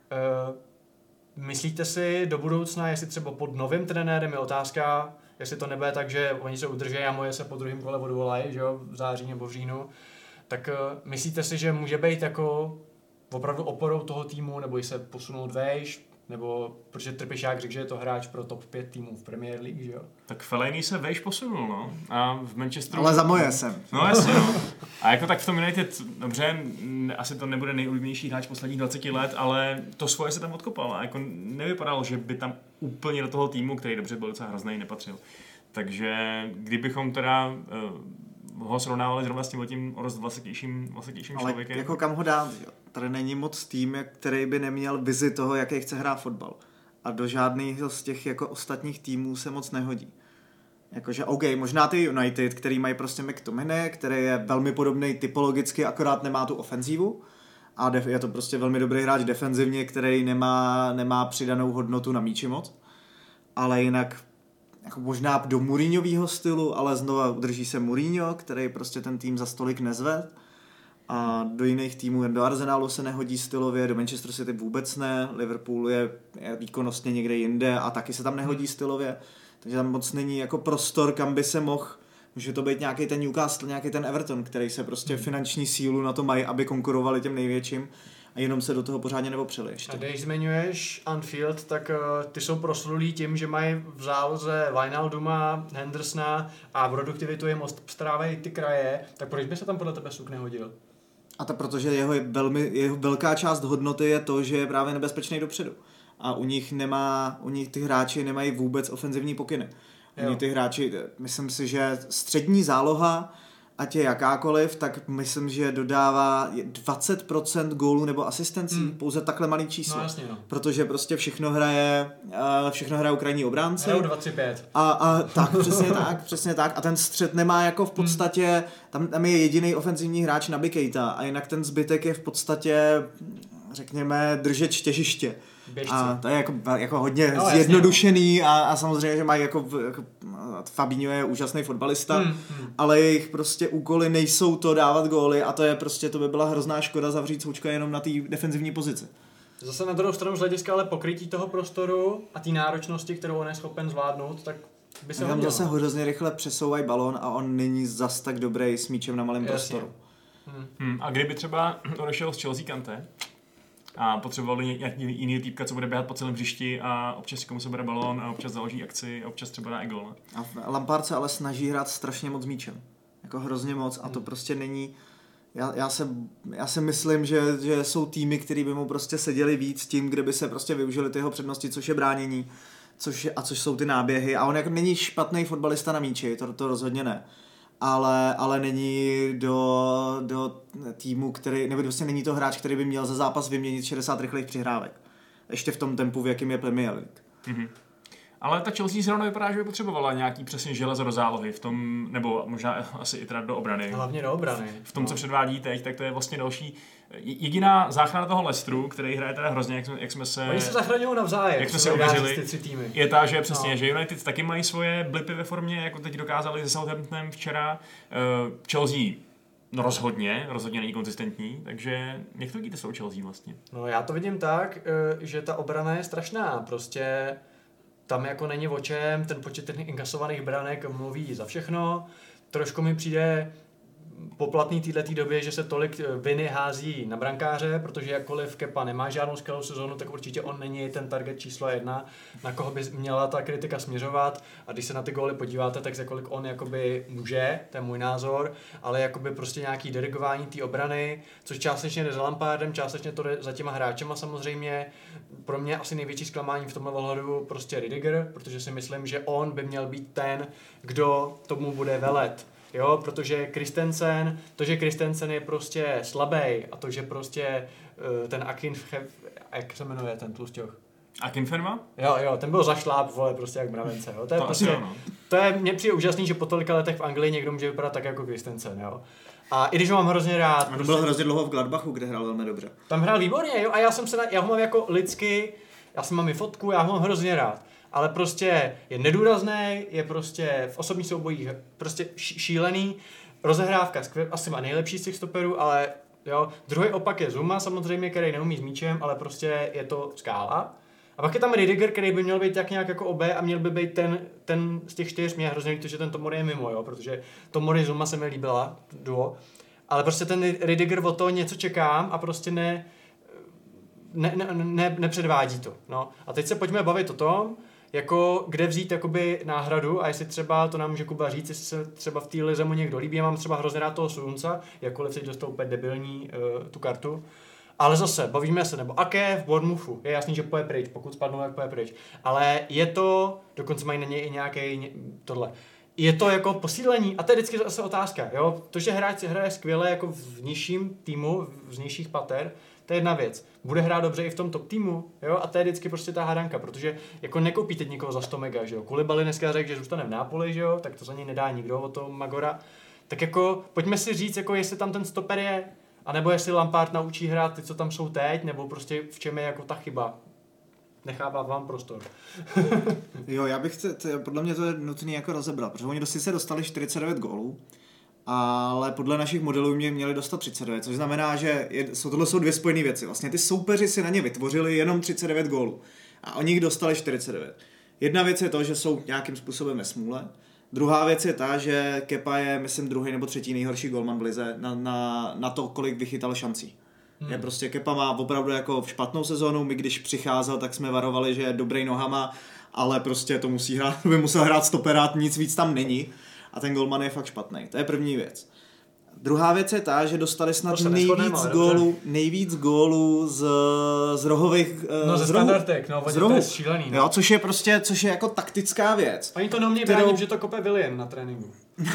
Myslíte si do budoucna, jestli třeba pod novým trenérem je otázka, jestli to nebude tak, že oni se udrží a Moje se po druhém kole odvolají, že jo, v září nebo v říjnu, tak myslíte si, že může být jako opravdu oporou toho týmu, nebo se posunout vejš, nebo protože Trpišák řekl, že je to hráč pro top 5 týmů v Premier League, že jo?
Tak Fellaini se vejš posunul, no. A v Manchesteru...
Ale za Moyesem.
No jasně, no. A jako tak v tom United, dobře, asi to nebude nejoblíbenější hráč posledních 20 let, ale to svoje se tam odkopal. A jako nevypadalo, že by tam úplně do toho týmu, který dobře byl docela hrozný, nepatřil. Takže kdybychom teda ho srovnávali zrovna s tím o dost vlasetějším člověkem.
Ale jako kam ho dát, jo? Tady není moc tým, který by neměl vizi toho, jaký chce hrát fotbal. A do žádného z těch jako ostatních týmů se moc nehodí. Jakože OK, možná ty United, který mají prostě McTominay, který je velmi podobný typologicky, akorát nemá tu ofenzívu. A je to prostě velmi dobrý hráč defenzivně, který nemá přidanou hodnotu na míči moc. Ale jinak jako možná do Mourinhovýho stylu, ale znova udrží se Mourinho, který prostě ten tým za stolik nezved. A do jiných týmů, do Arsenalu se nehodí stylově, do Manchester City vůbec ne, Liverpool je výkonnostně někde jinde a taky se tam nehodí stylově, takže tam moc není jako prostor, kam by se může to být nějaký ten Newcastle, nějaký ten Everton, který se prostě finanční sílu na to mají, aby konkurovali těm největším a jenom se do toho pořádně neopřeli ještě.
A když zmiňuješ Anfield, tak ty jsou proslulí tím, že mají v záloze Wijnalduma, Hendersona a produktivitu jim obstarávají ty kraje, tak proč by se tam podle tebe Suk nehodil?
A to protože jeho velká část hodnoty je to, že je právě nebezpečný dopředu. A u nich ty hráči nemají vůbec ofenzivní pokyny. Ty hráči, myslím si, že střední záloha, ať je jakákoliv, tak myslím, že dodává 20% gólů nebo asistencí, pouze takhle malý číslo.
No, jasně, no.
Protože prostě všechno hraje krajní obránci.
Hrajou 2-3-5.
A tak, přesně tak. A ten střed nemá jako v podstatě, tam je jediný ofenzivní hráč Naby Keita a jinak ten zbytek je v podstatě, řekněme, držeč těžiště.
Běžci.
A to je jako hodně zjednodušený a samozřejmě, že mají jako Fabinho je úžasný fotbalista, ale jejich prostě úkoly nejsou to dávat góly a to je prostě, to by byla hrozná škoda zavřít Součka jenom na té defenzivní pozici.
Zase na druhou stranu z hlediska ale pokrytí toho prostoru a té náročnosti, kterou on je schopen zvládnout, tak by se
tam zase hrozně rychle přesouvají balón a on není zas tak dobrý s míčem na malém prostoru.
A kdyby třeba odešel z Chelsea Kanté a potřebovali nějaký jiný týpka, co bude běhat po celém hřišti a občas komu se bere balón a občas založí akci a občas třeba dá i gól.
A Lampard se ale snaží hrát strašně moc míčem. Jako hrozně moc a to prostě není... Já si myslím, že jsou týmy, který by mu prostě seděli víc tím, kde by se prostě využili ty jeho přednosti, což je bránění, což jsou ty náběhy. A on jako není špatný fotbalista na míči, to rozhodně ne. Ale není do týmu, který, nebo vlastně není to hráč, který by měl za zápas vyměnit 60 rychlých přihrávek. Ještě v tom tempu, v jakým je Premier League.
Ale ta Chelsea zrovna vypadá, že by potřebovala nějaký přesně železo do zálohy v tom, nebo možná asi i teda do obrany.
Hlavně do obrany.
V tom, co předvádí teď, tak to je vlastně další jediná záchrana toho Leicesteru, který hraje teda hrozně, jak jsme se...
Oni se zachraňují navzájem.
Jak jsme se uvěřili, je ta, že přesně,
no.
že United taky mají svoje blipy ve formě, jako teď dokázali se Southamptonem včera. Chelsea no rozhodně není konzistentní, takže jak to vidíte s tou Chelsea vlastně?
No já to vidím tak, že ta obrana je strašná, prostě tam jako není o čem, ten počet těch inkasovaných branek mluví za všechno, trošku mi přijde poplatný této době, že se tolik viny hází na brankáře, protože jakkoliv Kepa nemá žádnou skvělou sezónu, tak určitě on není ten target číslo 1, na koho by měla ta kritika směřovat. A když se na ty góly podíváte, tak za kolik on jakoby může, to je můj názor, ale jakoby prostě nějaký dirigování té obrany, což částečně jde za Lampardem, částečně to jde za těma hráčema samozřejmě. Pro mě asi největší zklamání v tomhle ohledu prostě Rüdiger, protože si myslím, že on by měl být ten, kdo tomu bude velet. Jo, protože Christensen je prostě slabý a to, že prostě ten jak se jmenuje ten tlusťoch?
Akinfenva?
Jo, ten byl zašláp, vole, prostě jak mravence, jo. To je prostě,
asi, no.
To je, mně přijde úžasný, že po tolika letech v Anglii někdo může vypadat tak jako Christensen, jo. A i když ho mám hrozně rád.
On byl hrozně dlouho v Gladbachu, kde hrál velmi dobře.
Tam hrál výborně, jo, a já ho mám jako lidsky, já jsem mám i fotku, já ho mám hrozně rád. Ale prostě je nedůrazný, je prostě v osobních soubojích prostě šílený, rozehrávka asi má nejlepší z těch stoperů, ale jo, druhý opak je Zuma samozřejmě, který neumí s míčem, ale prostě je to skála. A pak je tam Rüdiger, který by měl být tak nějak jako OB a měl by být ten z těch 4, mě hrozně líto, že ten Tomori je mimo, jo, protože Tomori Zuma se mi líbila, duo, ale prostě ten Rüdiger od toho něco čekám a prostě nepředvádí to, no. A teď se pojďme bavit o tom, jako kde vzít jakoby náhradu a jestli třeba, to nám může Kuba říct, jestli se třeba v té lize mu někdo líbí. Já mám třeba hrozně rád toho Sunca, jakkoliv teď dostal úplně debilní tu kartu. Ale zase, bavíme se, nebo Ake v Bournemouthu, je jasný, že poje pryč, pokud spadnou, jak poje pryč. Ale je to, dokonce mají na něj i nějaký tohle. Je to jako posílení, a to je vždycky zase otázka, jo. To, že hráč si hraje skvěle jako v nižším týmu, v nižších pater, to je jedna věc. Bude hrát dobře i v tom top týmu, jo, a to je vždycky prostě ta hádanka, protože jako nekoupíte nikoho za 100 mega, že jo. Koulibaly dneska řekl, že zůstane v Nápoli, že jo, tak to za něj nedá nikdo od toho Magora. Tak jako pojďme si říct, jako jestli tam ten stoper je, anebo jestli Lampard naučí hrát ty, co tam jsou teď, nebo prostě v čem je jako ta chyba. Nechávám vám prostor.
Jo, podle mě to je nutné jako rozebrat, protože oni sice dostali 49 gólů, ale podle našich modelů měli dostat 39, což znamená, že tohle jsou dvě spojené věci. Vlastně ty soupeři si na ně vytvořili jenom 39 gólů a oni jich dostali 49. Jedna věc je to, že jsou nějakým způsobem ve smůle. Druhá věc je ta, že Kepa je, myslím, druhý nebo třetí nejhorší gólman v lize na to, kolik vychytal šancí. Je prostě Kepa má opravdu jako špatnou sezónu, my když přicházel, tak jsme varovali, že je dobrý nohama, ale prostě to by musel hrát stoperát, nic víc tam není a ten gólman je fakt špatný. To je první věc. Druhá věc je ta, že dostali snad nejvíc gólů z rohových...
ze standardek, to je šílený. No.
Jo, což je jako taktická věc.
Oni to neumějí bránit, že to kope William na tréninku.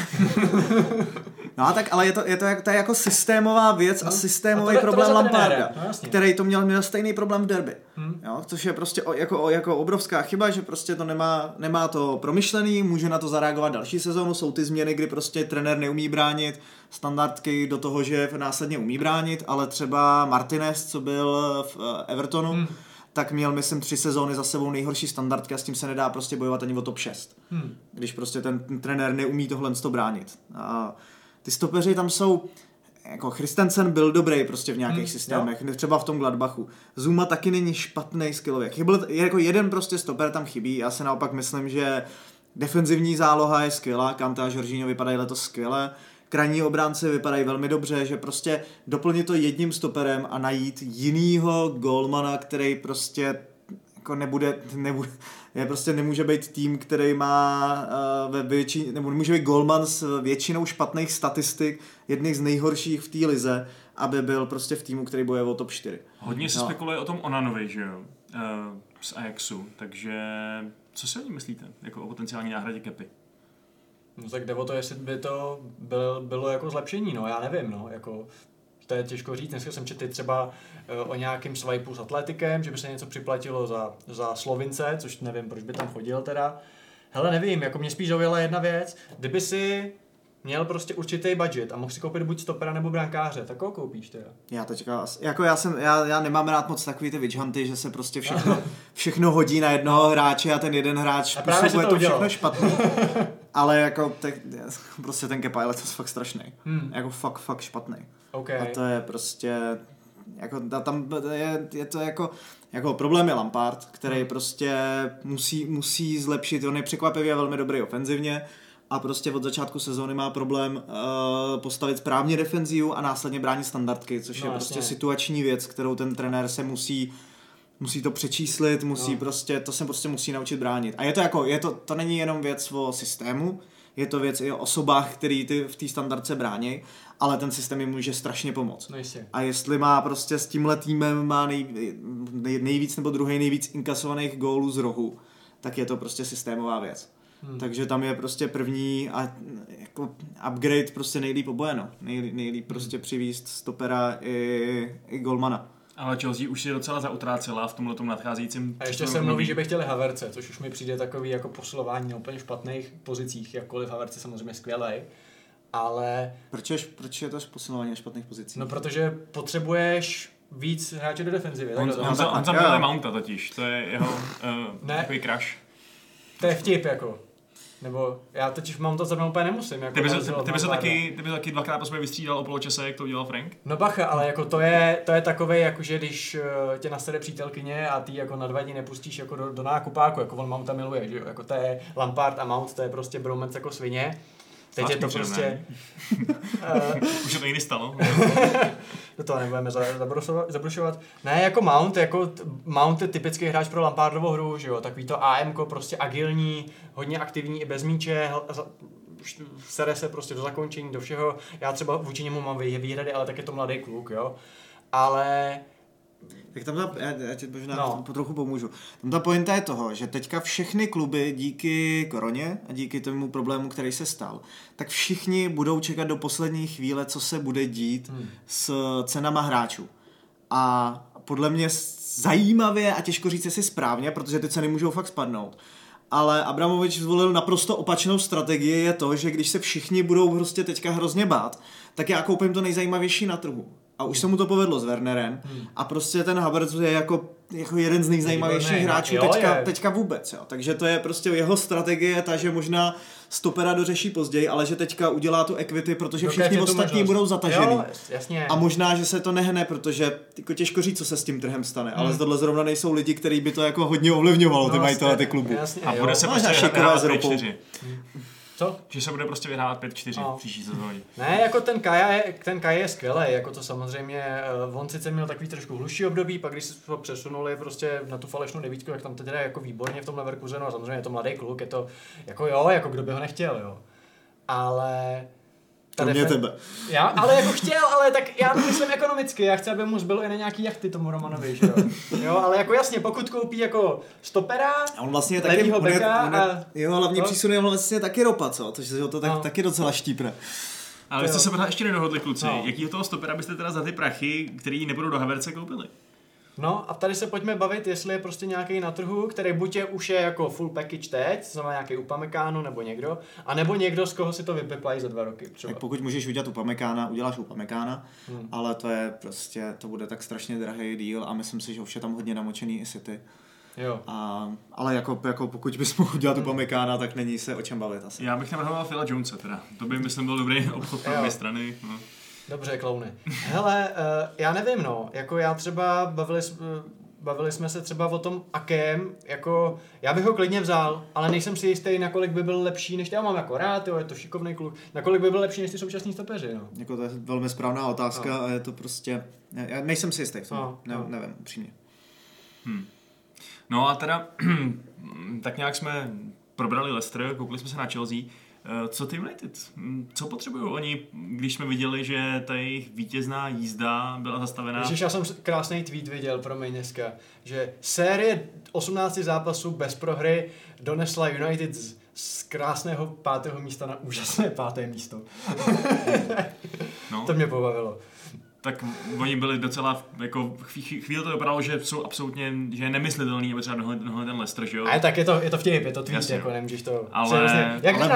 No tak, ale to je jako systémová věc a systémový problém Lamparda, který to měl stejný problém v derby. Jo, což je prostě jako obrovská chyba, že prostě to nemá to promyšlený, může na to zareagovat další sezónu, jsou ty změny, kdy prostě trenér neumí bránit standardky do toho, že následně umí bránit, ale třeba Martinez, co byl v Evertonu, tak měl, myslím, 3 sezóny za sebou nejhorší standardky a s tím se nedá prostě bojovat ani o top 6. Když prostě ten trenér neumí tohle bránit. A ty stopeři tam jsou, jako Christensen byl dobrý prostě v nějakých systémech, třeba v tom Gladbachu. Zuma taky není špatný skillově. Jako jeden prostě stoper tam chybí, já se naopak myslím, že defenzivní záloha je skvělá, Kanté a Jorginho vypadají letos skvěle, krajní obránci vypadají velmi dobře, že prostě doplnit to jedním stoperem a najít jinýho golmana, který prostě jako nemůže být tým, který má nebo nemůže být golman s většinou špatných statistik, jedných z nejhorších v té lize, aby byl prostě v týmu, který boje o top 4.
Hodně se spekuluje o tom Onanovi, že jo, z Ajaxu, takže co si o ní myslíte, jako o potenciální náhradě Kepy?
No tak jde o to, jestli by to bylo jako zlepšení, no já nevím, no, jako To je těžko říct, dneska jsem četl třeba o nějakém swipeu s Atletikem, že by se něco připlatilo za Slovince, což nevím, proč by tam chodil teda. Hele, nevím, jako mě spíš zaujala jedna věc, kdyby si měl prostě určitý budget a mohl si koupit buď stopera nebo brankáře, tak koho koupíš teda?
Já to čekám, jako já nemám rád moc takový ty witch hunty, že se prostě všechno hodí na jednoho hráče a ten jeden hráč
způsobuje
to všechno špatný. Ale jako prostě ten Kepa je letos fakt strašný. Jako fakt špatný.
Okay.
A to je prostě jako tam je to jako problém je Lampard, který prostě musí zlepšit, on je překvapivě velmi dobrý ofenzivně a prostě od začátku sezóny má problém postavit správně defenzivu a následně bránit standardky, což je prostě situační věc, kterou ten trenér se musí to přečíslit, to se prostě musí naučit bránit. A to není jenom věc o systému, je to věc i o osobách, který ty v té standardce brání, ale ten systém jim může strašně pomoct.
No jistě.
A jestli má prostě s tímhle týmem má nejvíc nebo druhý nejvíc inkasovaných gólů z rohu, tak je to prostě systémová věc. Takže tam je prostě první a jako upgrade prostě nejlíp obojeno. Nejlíp prostě přivízt stopera i golmana.
Ale Chelsea už si docela zautrácela v tomhletom nadcházejícím.
A ještě se mluví, že by chtěli Havertze, což už mi přijde takový jako posilování na úplně špatných pozicích, jakkoliv Havertz je samozřejmě skvělej, ale...
Proč je to posilování na špatných pozicích?
No protože potřebuješ víc hráče do defenzivy.
On zamiluje Mounta totiž, to je jeho takový crush.
To je vtip jako. Nebo já totiž mám to zrovna úplně nemusím. Jako
ty by se taky dvakrát po sobě vystřídal o poločase, jak to udělal Frank?
No bacha, ale jako to je takovej, jakože když tě nasede přítelkyně a ty jako na 2 dny nepustíš jako do nákupáku, jako on Mounta miluje, že jo? Jako to je Lampard a Mount, to je prostě bromance jako svině. Teď je to prostě...
Už se to někdy stalo.
Do toho nebudeme zabrušovat. Ne, jako Mount je typický hráč pro Lampardovou hru, že jo, takový to AMko, prostě agilní, hodně aktivní i bez míče, sere se prostě do zakončení, do všeho. Já třeba vůči němu mám výhrady, ale tak je to mladý kluk, jo. Ale...
Tak tam já ti možná trochu pomůžu. Tam ta pointa je toho, že teďka všechny kluby díky koroně a díky tomu problému, který se stal, tak všichni budou čekat do poslední chvíle, co se bude dít s cenama hráčů. A podle mě zajímavě a těžko říct, jestli správně, protože ty ceny můžou fakt spadnout. Ale Abramovič zvolil naprosto opačnou strategii, je to, že když se všichni budou prostě teďka hrozně bát, tak já koupím to nejzajímavější na trhu. A už se mu to povedlo s Wernerem a prostě ten Havertz je jako jeden z nejzajímavějších hráčů teďka vůbec. Jo. Takže to je prostě jeho strategie, ta, že možná stopera dořeší později, ale že teďka udělá tu equity, protože všichni ostatní budou zatažený.
Jo, jasně.
A možná, že se to nehne, protože jako těžko říct, co se s tím trhem stane, ale tohle zrovna nejsou lidi, kteří by to jako hodně ovlivňovalo, ty majitele ty klubu.
Jasně,
a bude se prostě vyhrávat 5-4.
Co?
Že se bude prostě vyhrávat 5-4 příští sezóně.
Ne, jako ten Kaja je skvělý, jako to samozřejmě, on sice měl takový trošku hluší období, pak když se ho přesunuli prostě na tu falešnou devítku, jak tam teď jde jako výborně v tom Leverkusenu a samozřejmě je to mladý kluk, je to jako kdo by ho nechtěl, jo. Ale...
Tebe.
Ale jako chtěl, ale tak já to myslím ekonomicky, já chci, aby mu zbylo i na nějaký jachty tomu Romanovi, že jo, ale jako jasně, pokud koupí jako stopera,
a on vlastně
levýho beka
jeho hlavní přísun je vlastně taky ropa, co? Takže ho to taky docela štípne.
Ale vy jste se pořád ještě nedohodli, kluci. Jakýho toho stopera byste teda za ty prachy, který nebudou do Havertze, koupili?
No a tady se pojďme bavit, jestli je prostě nějaký na trhu, který buď už je jako full package teď, znamená nějaký Upamekánu nebo někdo, anebo někdo, z koho si to vypeplají za 2 roky třeba.
Tak pokud můžeš udělat Upamekána, uděláš Upamekána, ale to je prostě, to bude tak strašně drahý deal a myslím si, že už je tam hodně namočený i City.
Jo.
Ale jako pokud bys mohl udělat Upamekána, tak není se o čem bavit asi.
Já bych navrhoval Phila Jonese teda, to by myslím byl dobrý obchod pro obě strany. No.
Dobře, klaune. Hele, já nevím, jako já třeba bavili jsme se třeba o tom Akem, jako já bych ho klidně vzal, ale nejsem si jistý, nakolik by byl lepší, než já mám jako rád, jo, je to šikovný kluk, nakolik by byl lepší než ty současní stopeři, no.
Jako to je velmi správná otázka a je to prostě, já nejsem si jistý v tom, nevím, upřímně.
No a teda, tak nějak jsme probrali Leicester, koukli jsme se na Chelsea. Co ty United? Co potřebují oni, když jsme viděli, že ta jejich vítězná jízda byla zastavená?
Ježiš, já jsem krásný tweet viděl, promiň dneska, že série 18 zápasů bez prohry donesla United z krásného 5. místa na úžasné 5. místo.
No.
To mě pobavilo.
tak oni byli docela, jako chvíli to vypadalo, že jsou absolutně, že je nemyslitelný, aby třeba dohnali ten Leicester, že jo?
Ale tak je to vtip, je to tweet,
Jasně.
jako nemůžeš to...
Ale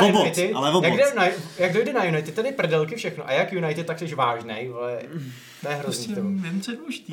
Jak dojde na United, tady prdelky všechno, a jak United, tak jsi vážnej, vole, to je hrozný.
Prostě nevím, co je důležitý.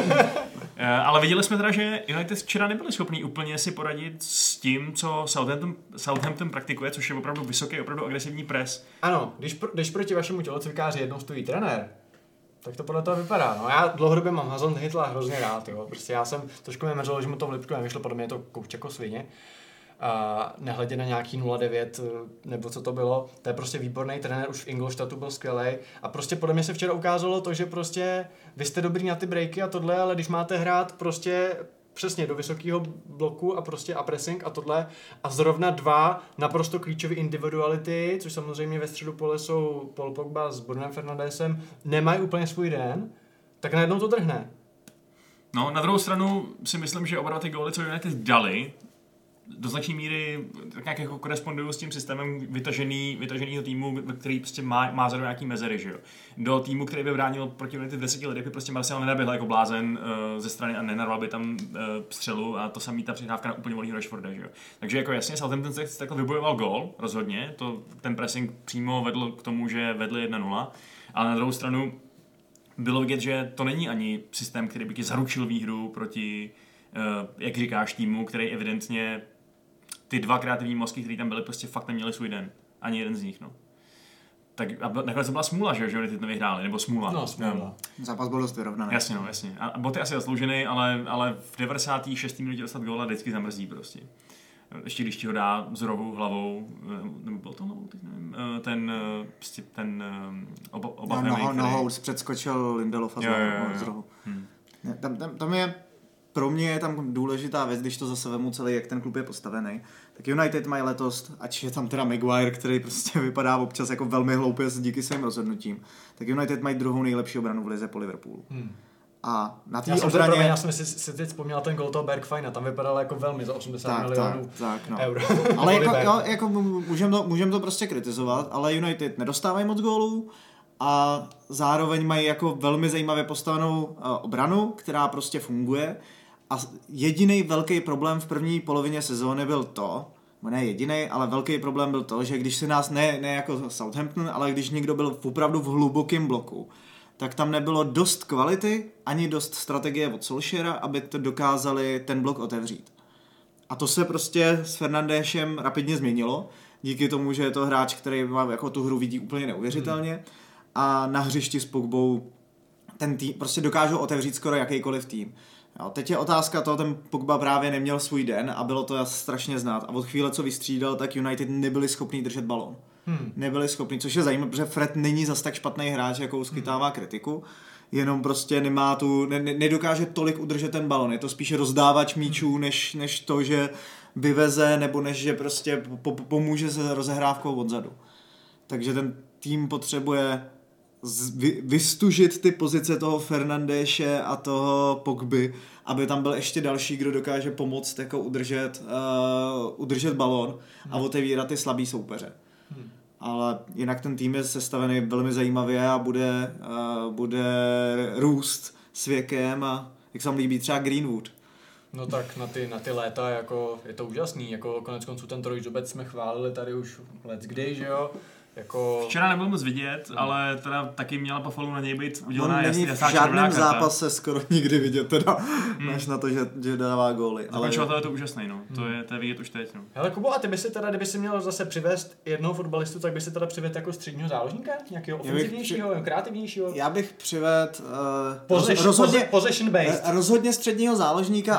Ale viděli jsme teda, že United včera nebyli schopní úplně si poradit s tím, co Southampton praktikuje, což je opravdu vysoký, opravdu agresivní pres.
Ano, když proti vašemu tělocvikáři jednou stojí trenér, tak to podle toho vypadá. No, já dlouhodobě mám Hasenhüttla hrozně rád, jo. Prostě já jsem trošku mě mrzelo, že mu to v Lipsku nevyšlo, podle mě je to kouč jako svině. A nehledě na nějaký 0,9 nebo co to bylo, to je prostě výborný trenér, už v Ingolstadtu byl skvělej a prostě podle mě se včera ukázalo to, že prostě vy jste dobrý na ty breaky a tohle, ale když máte hrát prostě přesně do vysokého bloku a prostě a pressing a tohle a zrovna dva naprosto klíčové individuality, což samozřejmě ve středu pole jsou Paul Pogba s Brunem Fernandesem, nemají úplně svůj den, tak najednou to drhne.
No, na druhou stranu si myslím, že oba ty góly, co United dali, do značné míry tak nějak jako korespondují s tím systémem vytaženého týmu, který prostě má zadu nějaký mezery, že jo. Do týmu, který by bránil proti United v 10 letech, by prostě Martial nenaběhl jako blázen ze strany a nenarval by tam střelu a to samý ta přihrávka na úplně volného Rashforda, že jo. Takže jako jasně Southampton se takhle vybojoval gól, rozhodně, ten pressing přímo vedl k tomu, že vedli 1-0, ale na druhou stranu bylo vidět, že to není ani systém, který by ti zaručil výhru proti, jak říkáš, týmu, který evidentně ty dva kreativní mozky, které tam byly, prostě fakt neměli svůj den. Ani jeden z nich, no. Tak a nakonec to byla smůla, že United nevyhráli, nebo smůla.
No, smůla.
Zápas byl dost vyrovnaný.
Jasně, no, jasně. A boty asi zasloužený, ale v 96. minutě dostat góla vždycky zamrzí prostě. Ještě když ti ho dá z rohu hlavou, nebo byl to hlavou, teď nevím, ten oba
nohou předskočil Lindelof z rohu. Tam je, pro mě je tam důležitá věc, když to zase vemu celý, jak ten klub je postavený. Tak United mají letos, ač je tam teda Maguire, který prostě vypadá občas jako velmi hloupě díky svým rozhodnutím, tak United mají druhou nejlepší obranu v lize po Liverpoolu. A na té obraně...
Já jsem si teď vzpomněl ten gol toho Bergwijna, tam vypadal jako velmi za 80 milionů euro.
Ale jako můžeme to prostě kritizovat, ale United nedostávají moc gólů a zároveň mají jako velmi zajímavě postavenou obranu, která prostě funguje. A jediný velký problém v první polovině sezóny byl to, ne jediný, ale velký problém byl to, že když se nás ne jako Southampton, ale když někdo byl opravdu v hlubokém bloku, tak tam nebylo dost kvality, ani dost strategie od Solskjaera, aby to dokázali ten blok otevřít. A to se prostě s Fernandéšem rapidně změnilo, díky tomu, že je to hráč, který má jako tu hru vidí úplně neuvěřitelně a na hřišti s Pogbou ten tým prostě dokážou otevřít skoro jakýkoliv tým. Jo, teď je otázka toho, ten Pogba právě neměl svůj den a bylo to strašně znát. A od chvíle, co vystřídal, tak United nebyli schopní držet balón. Nebyli schopní, což je zajímavé, protože Fred není zas tak špatný hráč, jakou skytává kritiku, jenom prostě nedokáže tolik udržet ten balón. Je to spíše rozdávač míčů, než to, že vyveze, nebo než že prostě pomůže se rozehrávkou odzadu. Takže ten tým potřebuje vystužit ty pozice toho Fernandéše a toho Pogby, aby tam byl ještě další, kdo dokáže pomoct jako udržet balón a otevírat ty slabý soupeře. Ale jinak ten tým je sestavený velmi zajímavě a bude růst s věkem a jak se vám líbí třeba Greenwood.
No tak na ty léta jako je to úžasný, jako konec konců ten trojžobec jsme chválili tady už leckdy, že jo. Jako...
Včera nebyl moc vidět, ale teda taky měla po falu na něj být udělaná jasná
v žádném zápase skoro nikdy vidět teda, než na to, že dává góly.
Zakončovatel je to úžasný, no. To je vidět už teď, no.
Hele Kubo, a ty by si teda, kdyby si měl zase přivést jednoho fotbalistu, tak by si teda přivést jako středního záložníka? Nějakého ofenzivnějšího, kreativnějšího?
Já bych přived
possession based.
Rozhodně středního záložníka,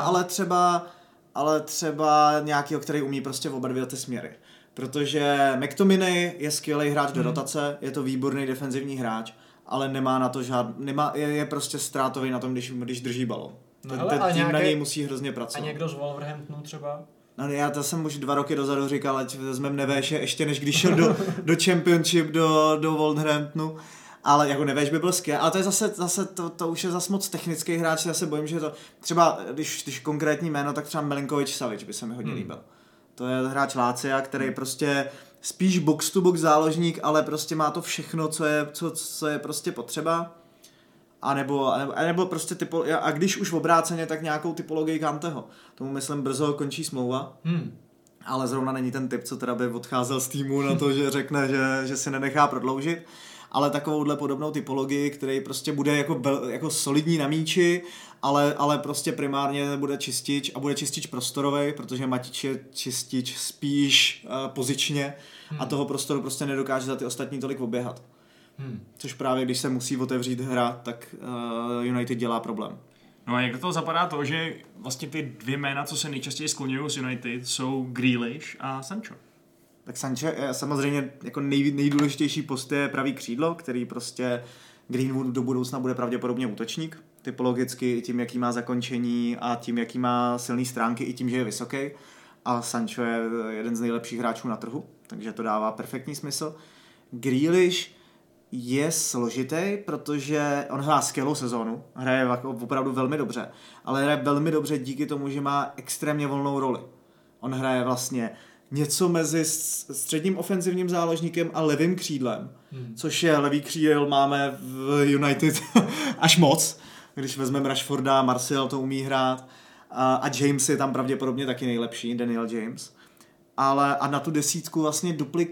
ale třeba nějakého, který umí prostě v oba dvě ty směry. Protože McTominay je skvělý hráč do rotace, je to výborný defenzivní hráč, ale nemá na to je prostě ztrátový na tom, když drží balón. Ten tým na něj musí hrozně pracovat.
A někdo z Wolverhamptonu třeba?
No já to jsem už 2 roky dozadu říkal, ať vezmeme Nevéše ještě než když šel do Championship, do Wolverhamptonu. Ale jako Nevéš by byl skvělý, ale to je zase to už je zase moc technický hráč, já se bojím, že to třeba, když konkrétní jméno, tak třeba Milinković-Savić by se mi hodně líbil. To je hráč Lazia, který prostě spíš box-to-box záložník, ale prostě má to všechno, co je prostě potřeba. A nebo prostě a když už v obráceně, tak nějakou typologii Kanteho. Tomu myslím brzo končí smlouva. Ale zrovna není ten typ, co teda by odcházel z týmu na to, že řekne, že si nenechá prodloužit. Ale takovouhle podobnou typologii, který prostě bude jako solidní na míči, ale prostě primárně bude čistič a bude čistič prostorovej, protože Matič je čistič spíš pozičně a toho prostoru prostě nedokáže za ty ostatní tolik oběhat. Což právě když se musí otevřít hra, tak United dělá problém.
No a jak do toho zapadá to, že vlastně ty dvě jména, co se nejčastěji skloňují z United, jsou Grealish a Sancho?
Tak Sancho je samozřejmě jako nejdůležitější post je pravý křídlo, který prostě Greenwood do budoucna bude pravděpodobně útočník. Typologicky tím, jaký má zakončení a tím, jaký má silné stránky, i tím, že je vysoký. A Sancho je jeden z nejlepších hráčů na trhu, takže to dává perfektní smysl. Grealish je složitý, protože on hrá skvělou sezónu, hraje opravdu velmi dobře, ale hraje velmi dobře díky tomu, že má extrémně volnou roli. On hraje vlastně něco mezi středním ofenzivním záložníkem a levým křídlem, což je levý křídel máme v United až moc, když vezmeme Rashforda, Martial to umí hrát a James je tam pravděpodobně taky nejlepší, Daniel James. Ale a na tu desítku vlastně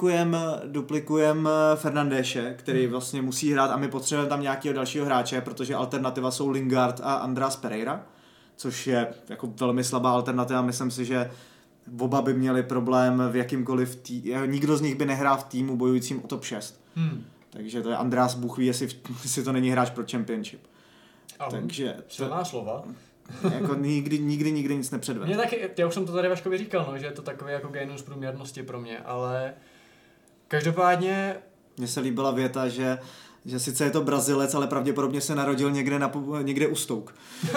duplikujem Fernandéše, který vlastně musí hrát a my potřebujeme tam nějakého dalšího hráče, protože alternativa jsou Lingard a András Pereira, což je jako velmi slabá alternativa. Myslím si, že oba by měli problém v jakýmkoliv nikdo z nich by nehrál v týmu bojujícím o top 6. Takže to je András Bůh ví, jestli to není hráč pro Championship.
Takže silná slova.
Jako nikdy nic nepředvedl.
Mě taky, já už jsem to tady Vaškovi říkal, no, že je to takový jako génus průměrnosti pro mě, ale každopádně...
Mně se líbila věta, že sice je to Brazilec, ale pravděpodobně se narodil někde u Stoke.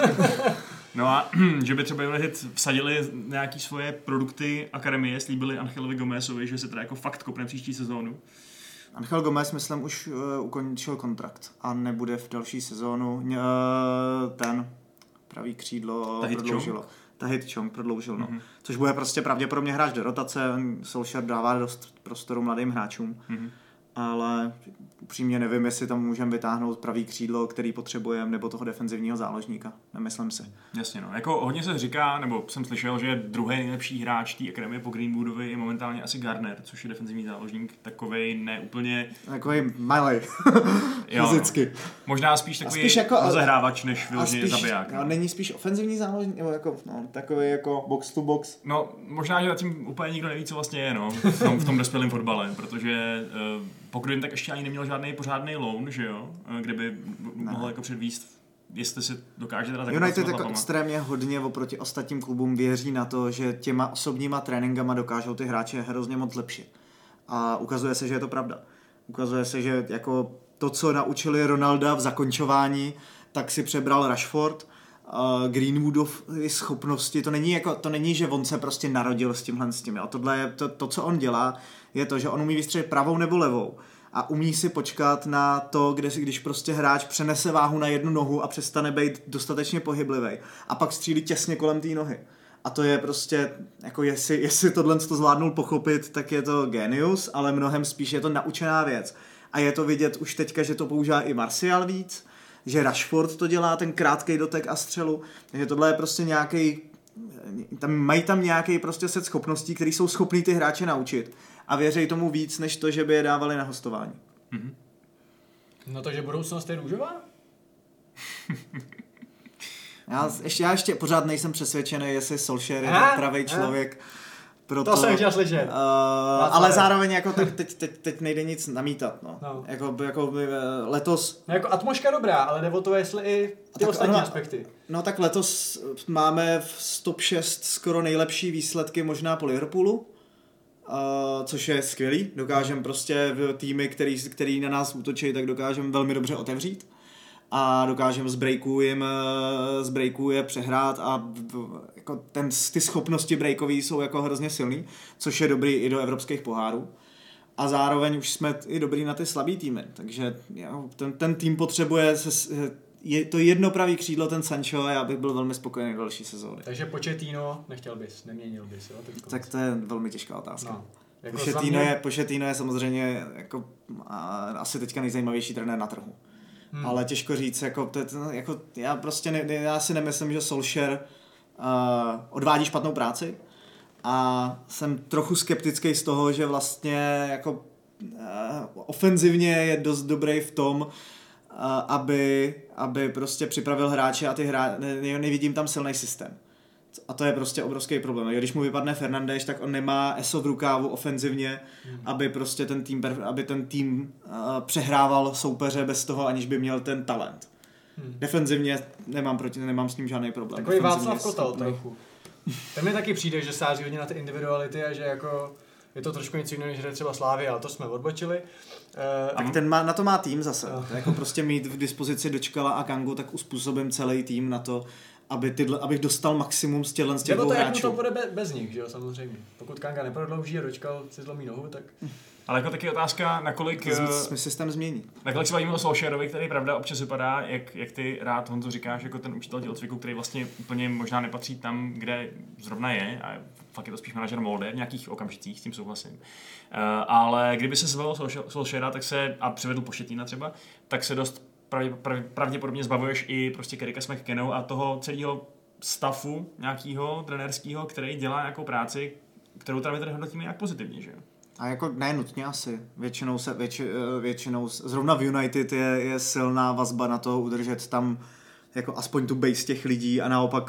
No a že by třeba United vsadili nějaký svoje produkty akademie, slíbili Angelovi Gomezovi, že se teda jako fakt kopne příští sezónu.
Angel Gomez, myslím, už ukončil kontrakt a nebude v další sezónu. Ten pravý křídlo prodloužilo. Tahith Chong prodloužil, no. Což bude prostě pravděpodobně hráč do rotace, Solskjaer dává dost prostoru mladým hráčům, ale upřímně nevím, jestli tam můžeme vytáhnout pravý křídlo, který potřebujeme, nebo toho defenzivního záložníka, nemyslím si.
Jasně, no. Jako hodně se říká, nebo jsem slyšel, že druhý nejlepší hráč té akademie po Greenwoodovi je momentálně asi Gardner, což je defenzivní záložník, takovej neúplně...
Takovej malej, fyzicky.
Možná spíš takový jako rozehrávač, než vyloženě zabiják.
A není spíš ofenzivní záložník, nebo jako, takový jako box to box?
No, možná, že zatím úplně nikdo neví, co vlastně je, no, v tom dospělém fotbale, protože pokud jim tak ještě ani neměl žádný pořádný loan, že jo, kde by mohl jako předvíst, jestli si dokáže teda takhle.
United jako extrémně hodně oproti ostatním klubům věří na to, že těma osobníma tréninkama dokážou ty hráče hrozně moc lepšit. A ukazuje se, že je to pravda. Ukazuje se, že jako to, co naučili Ronalda v zakončování, tak si přebral Rashford. Greenwoodovy schopnosti, to není, že on se prostě narodil s tímhle s tím. Tohle je to, co on dělá, je to, že on umí vystřelit pravou nebo levou a umí si počkat na to, když prostě hráč přenese váhu na jednu nohu a přestane být dostatečně pohyblivý a pak střílí těsně kolem té nohy. A to je prostě, jako jestli tohle to zvládnul pochopit, tak je to genius, ale mnohem spíš je to naučená věc. A je to vidět už teďka, že to používá i Martial víc, že Rashford to dělá, ten krátkej dotek a střelu, takže tohle je prostě mají tam nějaký prostě set schopností, které jsou schopní ty hráče naučit a věří tomu víc, než to, že by je dávali na hostování.
No takže budoucnost je růžová?
Já ještě pořád nejsem přesvědčený, jestli Solskjaer je pravý člověk. Proto,
to jsem chtěl slyšet.
Ale zároveň jako teď nejde nic namítat. No. Jako letos...
No jako atmosféra dobrá, ale jde o to, jestli i ty ostatní aspekty.
No tak letos máme v top 6 skoro nejlepší výsledky možná po Liverpoolu, což je skvělý. Dokážeme prostě týmy, který na nás útočí, tak dokážeme velmi dobře otevřít. A dokážeme z breaků je přehrát a jako ty schopnosti breakový jsou jako hrozně silný, což je dobrý i do evropských pohárů. A zároveň už jsme i dobrý na ty slabý týmy, takže ten tým potřebuje je to jedno pravý křídlo, ten Sancho, a já bych byl velmi spokojený v další sezóny.
Takže Pochettino nechtěl bys, neměnil bys, jo?
Tak to je velmi těžká otázka.
No. Jako
Pochettino je samozřejmě jako asi teďka nejzajímavější trenér na trhu. Ale těžko říct, jako já prostě já si nemyslím, že Solskjaer odvádí špatnou práci a jsem trochu skeptický z toho, že vlastně jako ofenzivně je dost dobrý v tom, aby prostě připravil hráče a nevidím tam silný systém. A to je prostě obrovský problém. Když mu vypadne Fernandes, tak on nemá ESO v rukávu ofenzivně, aby prostě ten tým přehrával soupeře bez toho, aniž by měl ten talent. Defenzivně nemám s ním žádný problém.
Takový Václav Kotal trochu. Ten mi taky přijde, že sází hodně na ty individuality a že jako je to trošku něco jiného, než hraje třeba Slávy, ale to jsme odbočili.
Tak ten na to má tým zase. Jako prostě mít v dispozici Dočkala a Kangu, tak uspůsobím celý tým na to, abych dostal maximum z těch dvou hráčů.
Nebo to, jak mu to bude bez nich, že jo, samozřejmě. Pokud Kanga neprodlouží a Dočkal si zlomí nohu, tak...
Ale jako taky otázka, nakolik...
Systém změní.
Nakolik se bavíme o Solskjaerovi, který pravda občas vypadá, jak ty rád, Honzo, říkáš, jako ten učitel tělocviku, který vlastně úplně možná nepatří tam, kde zrovna je, a fakt je to spíš manažer Molde v nějakých okamžicích, s tím souhlasím. Ale kdyby se zvolil Solskjaera, a přivedl Pochettino třeba, tak se dost pravděpodobně zbavuješ i prostě Kerricka s McKennou a toho celého stafu nějakého trenérského, který dělá nějakou práci, kterou tady hodnotíme nějak pozitivně, že jo?
A jako ne nutně asi. Většinou zrovna v United je silná vazba na to udržet tam jako aspoň tu base těch lidí a naopak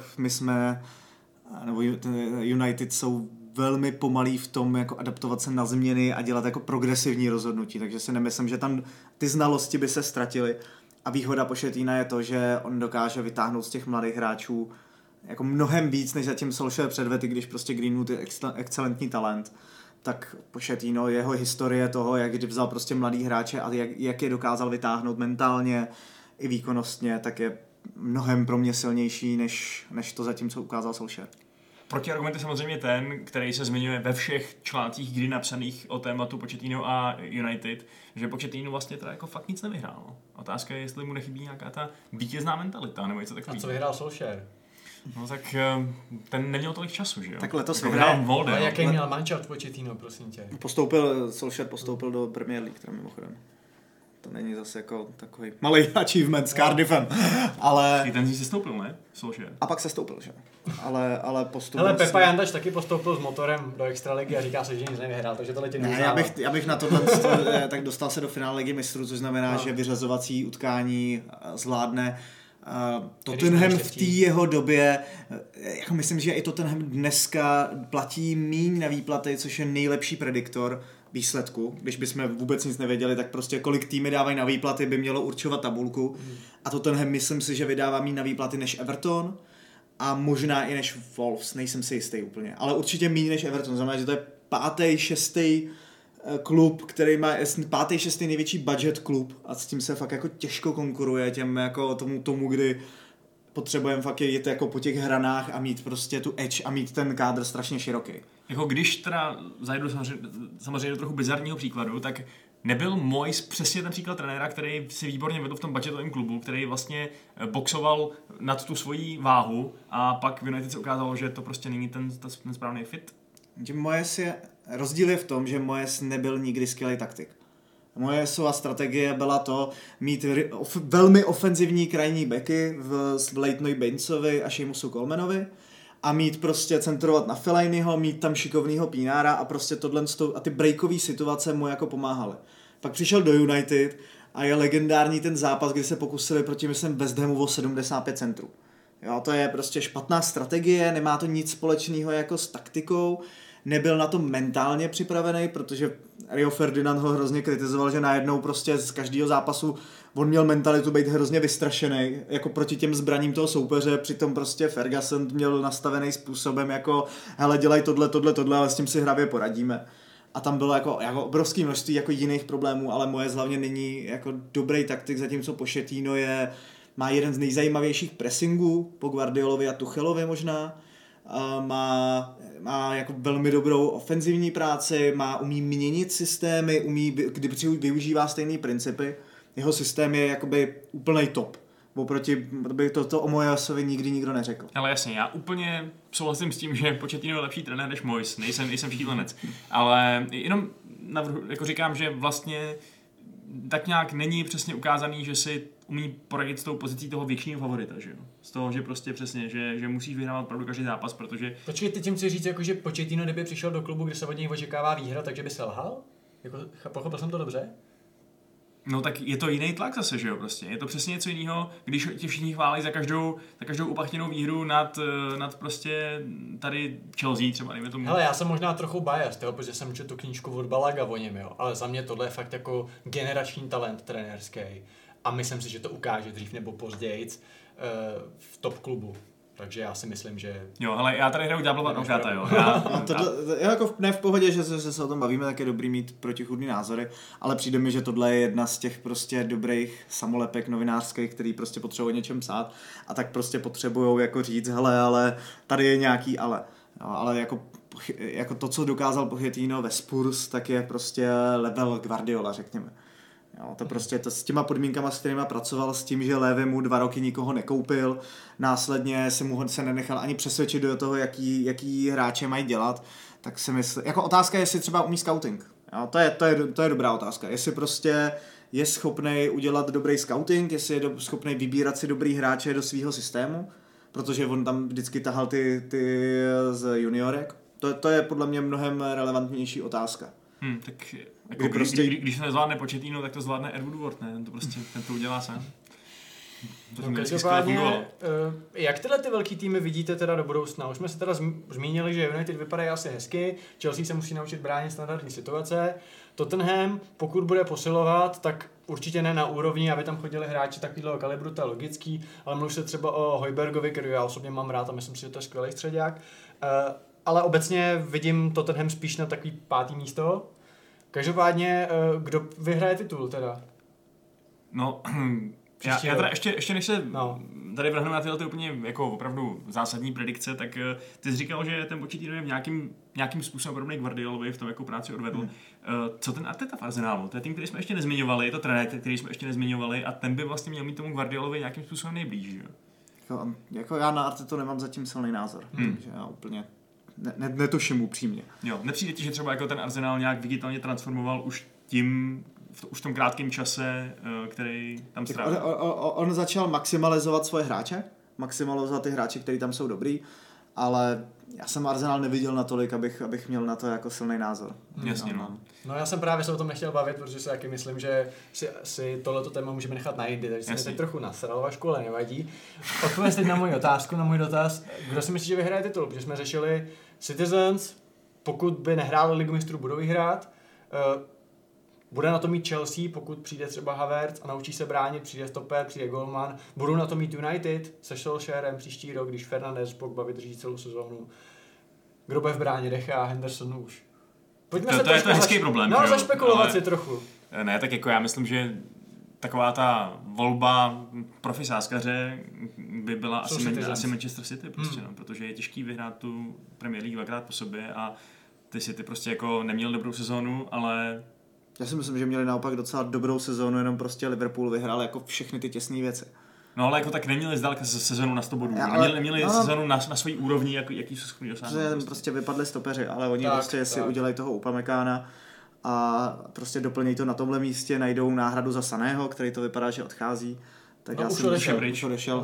nebo United jsou velmi pomalí v tom jako adaptovat se na změny a dělat jako progresivní rozhodnutí, takže si nemyslím, že tam ty znalosti by se ztratily a výhoda Pochettina je to, že on dokáže vytáhnout z těch mladých hráčů jako mnohem víc, než zatím Solskjaer předvedl, když prostě Greenwood je excelentní talent, tak Pochettino, jeho historie toho, jak kdy vzal prostě mladý hráče a jak je dokázal vytáhnout mentálně i výkonnostně, tak je mnohem pro mě silnější, než to zatím, co ukázal Solskjaer.
Protiargument je samozřejmě ten, který se zmiňuje ve všech článcích, kdy napsaných o tématu Pochettino a United, že Pochettino vlastně teda jako fakt nic nevyhrál. Otázka je, jestli mu nechybí nějaká ta vítězná mentalita, nebo něco takového.
A co vyhrál Solskjaer?
No tak ten neměl tolik času, že jo?
Tak letos
vyhrál Molde.
A jaký měl manšaft Pochettino, prosím tě?
Solskjaer postoupil do Premier League, teda mimochodem. To není zase jako takový malý achievement s Cardiffem, ale...
Ten si stoupil, ne? Solskjaer.
A pak se stoupil, že? Ale postoupil.
Hele, Pepa Jandaš taky postoupil s motorem do extraligy a říká se, že nic nevyhrál, takže tohle tě
neuznává. Ne, já bych na tohle tak dostal se do finále Ligy mistrů, což znamená, že vyřazovací utkání zvládne Tottenham v té jeho době, jako myslím, že i Tottenham dneska platí míň na výplaty, což je nejlepší prediktor výsledku. Když bychom vůbec nic nevěděli, tak prostě kolik týmy dávají na výplaty by mělo určovat tabulku. A Tottenham myslím si, že vydává míň na výplaty než Everton a možná i než Wolves, nejsem si jistý úplně. Ale určitě míň než Everton, znamená, že to je 5., 6. klub, který má 5., 6. největší budget klub a s tím se fakt jako těžko konkuruje těm jako tomu, kdy potřebujeme fakt jít jako po těch hranách a mít prostě tu edge a mít ten kádr strašně široký.
Jako když teda zajdu samozřejmě do trochu bizarního příkladu, tak nebyl Moyes přesně ten příklad trenéra, který si výborně vedl v tom budgetovém klubu, který vlastně boxoval nad tu svoji váhu a pak v United se ukázalo, že to prostě není ten správný fit?
Rozdíl je v tom, že Moyes nebyl nikdy skvělý taktik. Moyesova strategie byla to mít velmi ofenzivní krajní beky v Leightonu Bainesovi a Seamusu Colemanovi a mít prostě centrovat na Fellainiho, mít tam šikovnýho Pínára a prostě tohle a ty breakové situace mu jako pomáhaly. Pak přišel do United a je legendární ten zápas, kdy se pokusili proti, myslím, West Hamu o 75 centrů. Jo, to je prostě špatná strategie, nemá to nic společného jako s taktikou, nebyl na to mentálně připravený, protože Rio Ferdinand ho hrozně kritizoval, že najednou prostě z každého zápasu on měl mentalitu být hrozně vystrašený, jako proti těm zbraním toho soupeře, přitom prostě Ferguson měl nastavený způsobem jako hele, dělaj tohle, ale s tím si hravě poradíme. A tam bylo jako obrovské množství jako jiných problémů, ale Moyes hlavně není jako dobrý taktik, zatímco Pochettino má jeden z nejzajímavějších pressingů po Guardiolovi a Tuchelovi možná. Má jako velmi dobrou ofenzivní práci, umí měnit systémy, kdy využívá stejné principy. Jeho systém je jakoby úplnej top. Oproti by to o Moyesovi nikdy nikdo neřekl.
Ale jasně, já úplně souhlasím s tím, že Pochettino je lepší trenér než Moyes, nejsem šílenec. Ale jenom jako říkám, že vlastně tak nějak není přesně ukázaný, že si umí poradit s tou pozicí toho většího favorita, že jo? Z toho, že prostě přesně, že musíš vyhrávat opravdu každý zápas, protože...
Počkej, ty tím chci říct, jako, že Pochettino, kdyby přišel do klubu, kde se od něj očekává výhra, takže by selhal? Jako, pochopil jsem to dobře?
No tak je to jiný tlak zase, že jo, prostě. Je to přesně něco jiného, když tě všichni chválí za každou upachněnou výhru nad prostě tady Chelsea třeba, dejme tomu.
Hele, já jsem možná trochu biased, jo, protože jsem četl tu knížku od Balaga o něm, jo, ale za mě tohle je fakt jako generační talent trenérský a myslím si, že to ukáže dřív nebo později v top klubu. Takže já si myslím, že...
Jo, ale já tady hraju ďáblova advokáta, jo.
Já jako ne v pohodě, že se o tom bavíme, tak je dobrý mít protichůdný názory, ale přijde mi, že tohle je jedna z těch prostě dobrých samolepek novinářských, který prostě potřebují něčem psát a tak prostě potřebujou jako říct, hele, ale tady je nějaký ale. Jo, ale jako to, co dokázal Pochettino ve Spurs, tak je prostě level Guardiola, řekněme. Jo, to prostě to s těma podmínkama, s kterýma pracoval, s tím, že Lévy mu 2 roky nikoho nekoupil, následně se nenechal ani přesvědčit do toho, jaký hráče mají dělat, tak si myslím, jako otázka je, jestli třeba umí scouting. Jo, to je dobrá otázka. Jestli prostě je schopný udělat dobrý scouting, jestli je schopný vybírat si dobrý hráče do svého systému, protože on tam vždycky tahal ty z juniorek. To je podle mě mnohem relevantnější otázka.
Tak jako když se nezvládne Pochettino, tak to zvládne Ed Woodward, ne? Ten to udělá sám.
Jak tyhle ty velký týmy vidíte teda do budoucna? Už jsme se teda zmínili, že United vypadají asi hezky, Chelsea se musí naučit bránit standardní situace, Tottenham, pokud bude posilovat, tak určitě ne na úrovni, aby tam chodili hráči takového kalibru, to je logický, ale mluví se třeba o Hojbergovi, který já osobně mám rád a myslím si, že to je skvělý středák. Ale obecně vidím Tottenham spíš na takový 5. místo. Každopádně, kdo vyhraje titul teda?
No, já teda ještě než se tady vrhnu na tyhle úplně jako opravdu zásadní predikce, tak ty jsi říkal, že ten Pochettino je v nějakým způsobem podobný Guardiolovi v tom, jakou práci odvedl. Co ten Arteta v Arsenalu? To je tým, který jsme ještě nezmiňovali, je to trenér, který jsme ještě nezmiňovali a ten by vlastně měl mít tomu Guardiolovi nějakým způsobem nejblíž, jo?
Jako já na Artetu nemám zatím silný názor, takže já úplně netuším upřímně.
Jo, nepřijde ti, že třeba jako ten Arsenal nějak digitálně transformoval už v tom krátkém čase, který tam strávil?
On začal maximalizovat svoje hráče, maximalizovat ty hráče, kteří tam jsou dobrý, ale já jsem Arsenal neviděl natolik, abych měl na to jako silný názor.
Jasně, no.
No já jsem právě se o tom nechtěl bavit, protože si taky myslím, že si tohleto téma můžeme nechat najít, takže jsem teď trochu nasral, Vašku, ale nevadí. Odpověď teď na moji otázku, na můj dotaz. Kdo si myslí, že vyhraje titul? Protože jsme řešili Citizens, pokud by nehráli Ligu mistrů, budou vyhrát. Bude na to mít Chelsea, pokud přijde třeba Havertz a naučí se bránit, přijde stoper, přijde golman. Budou na to mít United se Solskjaerem příští rok, když Fernandes, Pogba vydrží celou sezónu. Kdo bude v bráně, Decha, Henderson už. Pojďme
to je hezký problém.
No, zašpekulovat si trochu.
Ne, tak jako já myslím, že taková ta volba profisáskaře by byla asi Manchester City, prostě, no, protože je těžký vyhrát tu Premier League 2krát po sobě a ty City prostě jako neměl dobrou sezónu, ale...
Já si myslím, že měli naopak docela dobrou sezónu, jenom prostě Liverpool vyhrál jako všechny ty těsné věci.
No ale jako tak neměli zdaleka sezónu na 100 bodů, neměli sezónu na svojí úrovni, jaký jsou schopni dosáhnout.
Prostě vypadli stopeři, ale oni prostě si udělají toho Upamekána a prostě doplnějí to na tomhle místě, najdou náhradu za Saného, který to vypadá, že odchází. Tak já si myslím,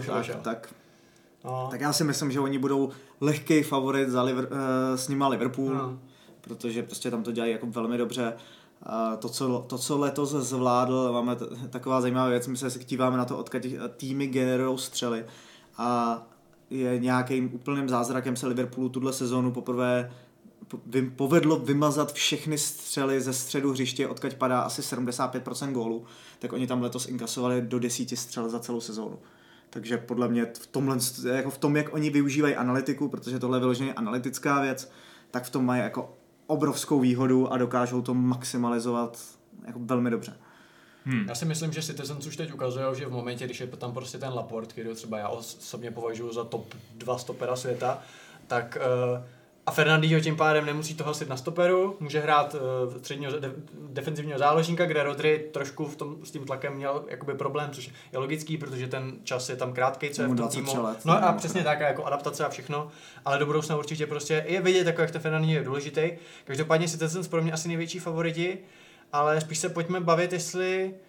tak já si myslím, že oni budou lehký favorit s nima Liverpool, protože prostě tam to dělají jako velmi dobře. To, co letos zvládl, máme taková zajímavá věc, my se díváme na to, odkud týmy generují střely a je nějakým úplným zázrakem se Liverpoolu tuhle sezónu poprvé povedlo vymazat všechny střely ze středu hřiště, odkud padá asi 75% gólů, tak oni tam letos inkasovali do 10 střel za celou sezónu. Takže podle mě v tom, jak oni využívají analytiku, protože tohle je vyloženě analytická věc, tak v tom mají jako obrovskou výhodu a dokážou to maximalizovat jako velmi dobře.
Já si myslím, že Citizens už teď ukazují, že v momentě, když je tam prostě ten Laporte, který třeba já osobně považuji za top 2 stopera světa, tak a Fernandinho tím pádem nemusí to hasit na stoperu, může hrát defenzivního záložníka, kde Rodri trošku s tím tlakem měl jakoby problém, což je logický, protože ten čas je tam krátkej, co je v tom týmu. No a přesně tak, jako adaptace a všechno, ale do budoucna určitě prostě je vidět, jako jak ten Fernandinho je důležitý. Každopádně Citizens pro mě asi největší favoriti, ale spíš se pojďme bavit, jestli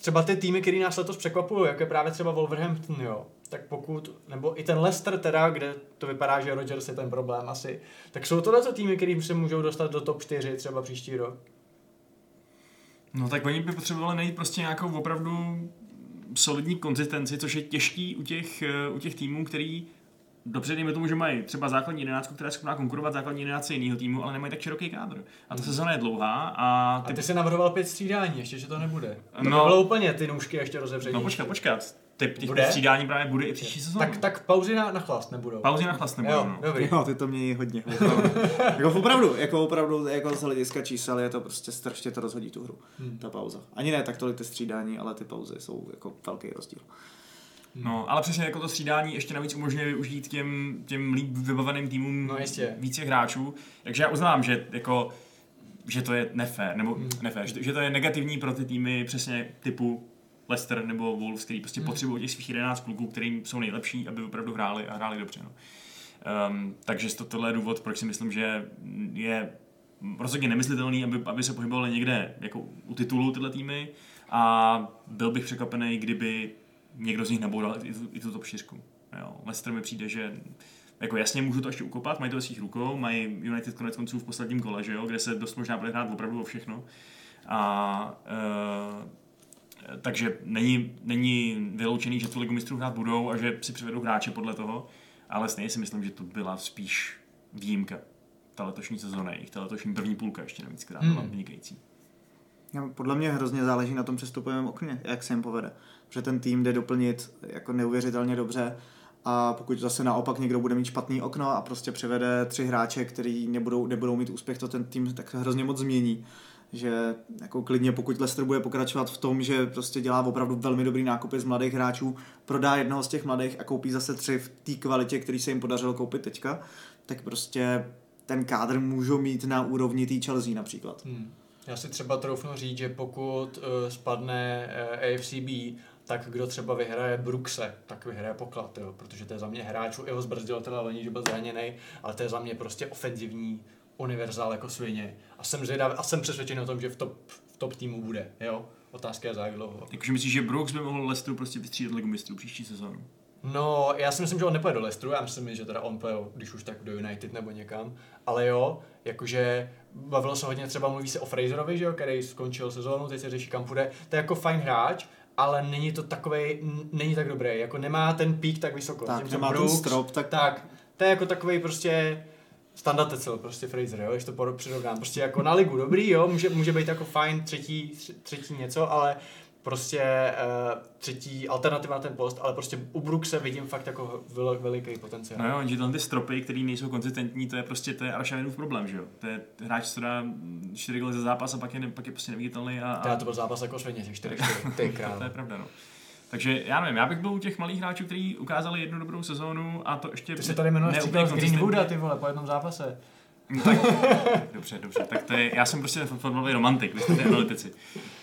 třeba ty týmy, které nás letos překvapují, jako je právě třeba Wolverhampton, jo, tak pokud, nebo i ten Leicester teda, kde to vypadá, že Rodgers je ten problém asi, tak jsou tohle týmy, které se můžou dostat do top 4 třeba příští rok.
No tak oni by potřebovali najít prostě nějakou opravdu solidní konzistenci, což je těžký u těch týmů, který dobře, dejme tomu, že mají třeba základní jedenáctku, která je schopná konkurovat základní jedenácce jiného týmu, ale nemají tak široký kádr. A ta sezóna je dlouhá
a ty jsi navrhoval 5 střídání, ještě, že to nebude. To bylo úplně ty nůžky ještě rozevření.
No počkat. Těch střídání právě bude i příští sezónu.
Tak pauzy na chlast nebudou.
Pauzy na chlast nebudou,
jo, dobrý.
Jo, ty to mění hodně. jako opravdu, jako z hlediska čísel je to prostě strašně to rozhodí tu hru, ta pauza. Ani ne tak tolik ty střídání, ale ty pauzy jsou jako velký rozdíl.
No, ale přesně jako to střídání ještě navíc umožňuje využít těm líp vybaveným týmům víc těch hráčů. Takže já uznávám, že to je nefér, nebo nefér, že to je negativní pro ty týmy přesně typu Leicester nebo Wolves, který prostě potřebují těch svých 11 kluků, kterým jsou nejlepší, aby opravdu hráli a hráli dobře. No. Takže tohle je důvod, proč si myslím, že je rozhodně nemyslitelný, aby se pohybovali někde jako u titulu tyhle týmy a byl bych překvapený, kdyby někdo z nich naboural i tu top 4. Jo. Leicester mi přijde, že jako jasně můžu to ještě ukopat, mají to ve svých rukou, mají United konec konců v posledním kole, že jo, kde se dost možná bude hrát opravdu o všechno. Takže není vyloučený, že tu ligu mistrů hrát budou a že si přivedou hráče podle toho, ale stejně si myslím, že to byla spíš výjimka. Ta letošní sezóna, ta letošní první půlka ještě navíc, která byla vynikající.
Podle mě hrozně záleží na tom přestupovém okně, jak se jim povede. Protože ten tým jde doplnit jako neuvěřitelně dobře a pokud zase naopak někdo bude mít špatný okno a prostě přivede 3 hráče, který nebudou mít úspěch, to ten tým tak hrozně moc změní. Že jako klidně pokud Leicester bude pokračovat v tom, že prostě dělá opravdu velmi dobrý nákupy z mladých hráčů, prodá jednoho z těch mladých a koupí zase 3 v té kvalitě, který se jim podařilo koupit teďka, tak prostě ten kádr můžou mít na úrovni té Chelsea například.
Já si třeba troufnu říct, že pokud spadne AFCB, tak kdo třeba vyhraje Brookse, tak vyhraje poklad, jo, protože to je za mě hráčů, jeho zbrzdil teda Lení, že byl zraněnej, ale to je za mě prostě ofenzivní univerzál jako svině. A jsem zvědavý a jsem přesvědčený o tom, že v top týmu bude, jo. Otázka je za jak dlouho.
Takže myslíš, že Brooks by mohl Leicesteru prostě vystřídat ligu mistrů příští sezónu?
No, já si myslím, že on nepojede do Leicesteru, já myslím, že teda on pojede, když už tak do United nebo někam. Ale jo, jakože bavilo se hodně, třeba mluví se o Fraserovi, že jo, který skončil sezónu, teď se řeší kam půjde. To je jako fajn hráč, ale není to takovej, není tak dobrý, jako nemá ten pík tak vysoko.
Tak, nemá ten strop, tak
to je jako takovej prostě standard Tetzel, prostě Fraser, jo, když to přirovnám, prostě jako na ligu dobrý, jo, může být jako fajn třetí něco, ale prostě třetí alternativa na ten post, ale prostě u Brookse vidím fakt jako veliký potenciál.
No jo, jenže ty stropy, který nejsou konzistentní, to je Aršavinův problém, že jo. To je hráč, co dá 4 góly za zápas a pak je prostě neviditelný a
to byl zápas jako svině, 4-4, ty král.
To je pravda, no. Takže já nevím, já bych byl u těch malých hráčů, kteří ukázali jednu dobrou sezónu a to ještě
ty se tady jmenuješ příklad z Greenwooda, ty vole, po jednom zápase.
No, tak, dobře, tak to je, já jsem prostě fotbalový romantik, vy jste ty analytici.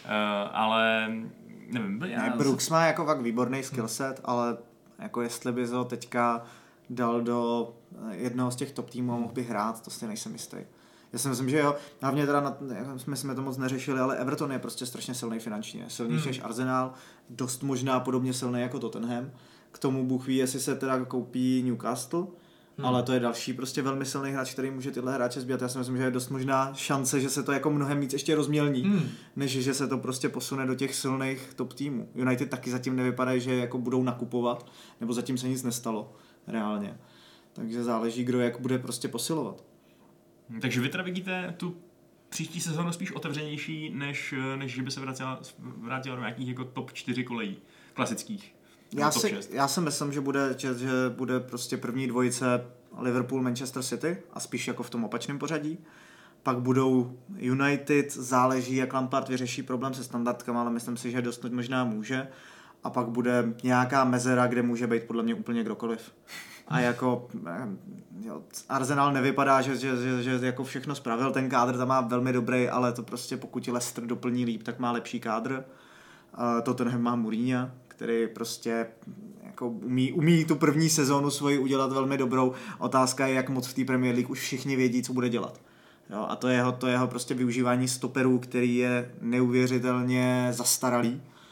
Ale nevím,
Brooks má jako fakt výborný skillset, ale jako jestli by ho teďka dal do jednoho z těch top týmů a mohl by hrát, to si nejsem jistý. Já si myslím, že jo, hlavně teda, my jsme to moc neřešili, ale Everton je prostě strašně silný finančně, silnější než Arsenal, dost možná podobně silný jako Tottenham. K tomu Bůh ví, jestli se teda koupí Newcastle, ale to je další prostě velmi silný hráč, který může tyhle hráče zbírat. Já si myslím, že je dost možná šance, že se to jako mnohem víc ještě rozmělní, než že se to prostě posune do těch silných top týmů. United taky zatím nevypadají, že jako budou nakupovat, nebo zatím se nic nestalo reálně. Takže záleží, kdo jak bude prostě posilovat.
Takže vy teda vidíte tu příští sezónu spíš otevřenější, než že by se vrátila do nějakých jako top 4 kolejí klasických.
Já si myslím, že bude prostě první dvojice Liverpool, Manchester City a spíš jako v tom opačném pořadí. Pak budou United, záleží, jak Lampard vyřeší problém se standardkama, ale myslím si, že dost možná může. A pak bude nějaká mezera, kde může být podle mě úplně kdokoliv. A jako Arsenal nevypadá, že jako všechno spravil, ten kádr tam má velmi dobrý, ale to prostě pokud Leicester doplní líp, tak má lepší kádr. Tottenham má Mourinha, který prostě jako umí tu první sezónu svoji udělat velmi dobrou. Otázka je, jak moc v té Premier League už všichni vědí, co bude dělat. Jo, a to jeho prostě využívání stoperů, který je neuvěřitelně zastaralý.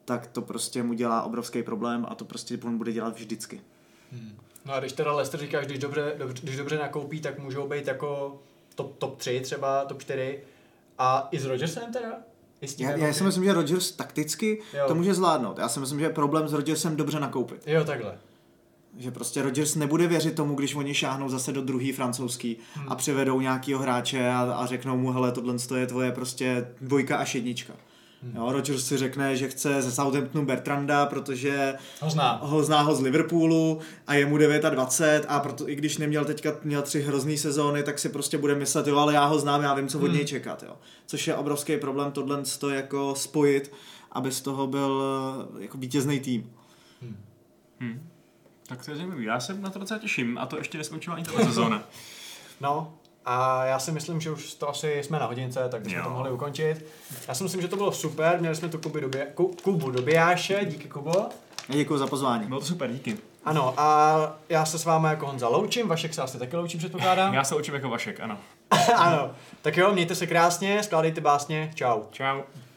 tak to prostě mu dělá obrovský problém a to prostě on bude dělat vždycky.
No a když teda Leicester říkáš, když dobře nakoupí, tak můžou být jako top 3 třeba, top 4 a i s Rodgersem teda?
Já si myslím, že Rodgers takticky to může zvládnout. Já si myslím, že je problém s Rodgersem dobře nakoupit.
Jo, takhle.
Že prostě Rodgers nebude věřit tomu, když oni šáhnou zase do druhý francouzský a přivedou nějakýho hráče a řeknou mu, hele, tohle je tvoje prostě 2 až 1. Jo, Rodgers si řekne, že chce ze Southamptonu Bertranda, protože ho zná z Liverpoolu a je mu 29 a proto, i když měl 3 hrozný sezóny, tak si prostě bude myslet, jo, ale já ho znám, já vím, co od něj čekat. Jo. Což je obrovský problém tohle jako spojit, aby z toho byl jako vítězný tým.
Tak to je zajímavý. Já se na to docela těším a to ještě neskončila ani tato sezóna.
No a já si myslím, že už to asi jsme na hodince, tak bychom to mohli ukončit. Já si myslím, že to bylo super, měli jsme tu Kubu Dobijáše, díky Kubo.
Děkuji za pozvání.
Bylo to super, díky.
Ano, a já se s vámi jako Honza loučím, Vašek se asi taky loučí, předpokládám.
Já se loučím jako Vašek, ano.
Ano, tak jo, mějte se krásně, skládejte básně, čau.
Čau.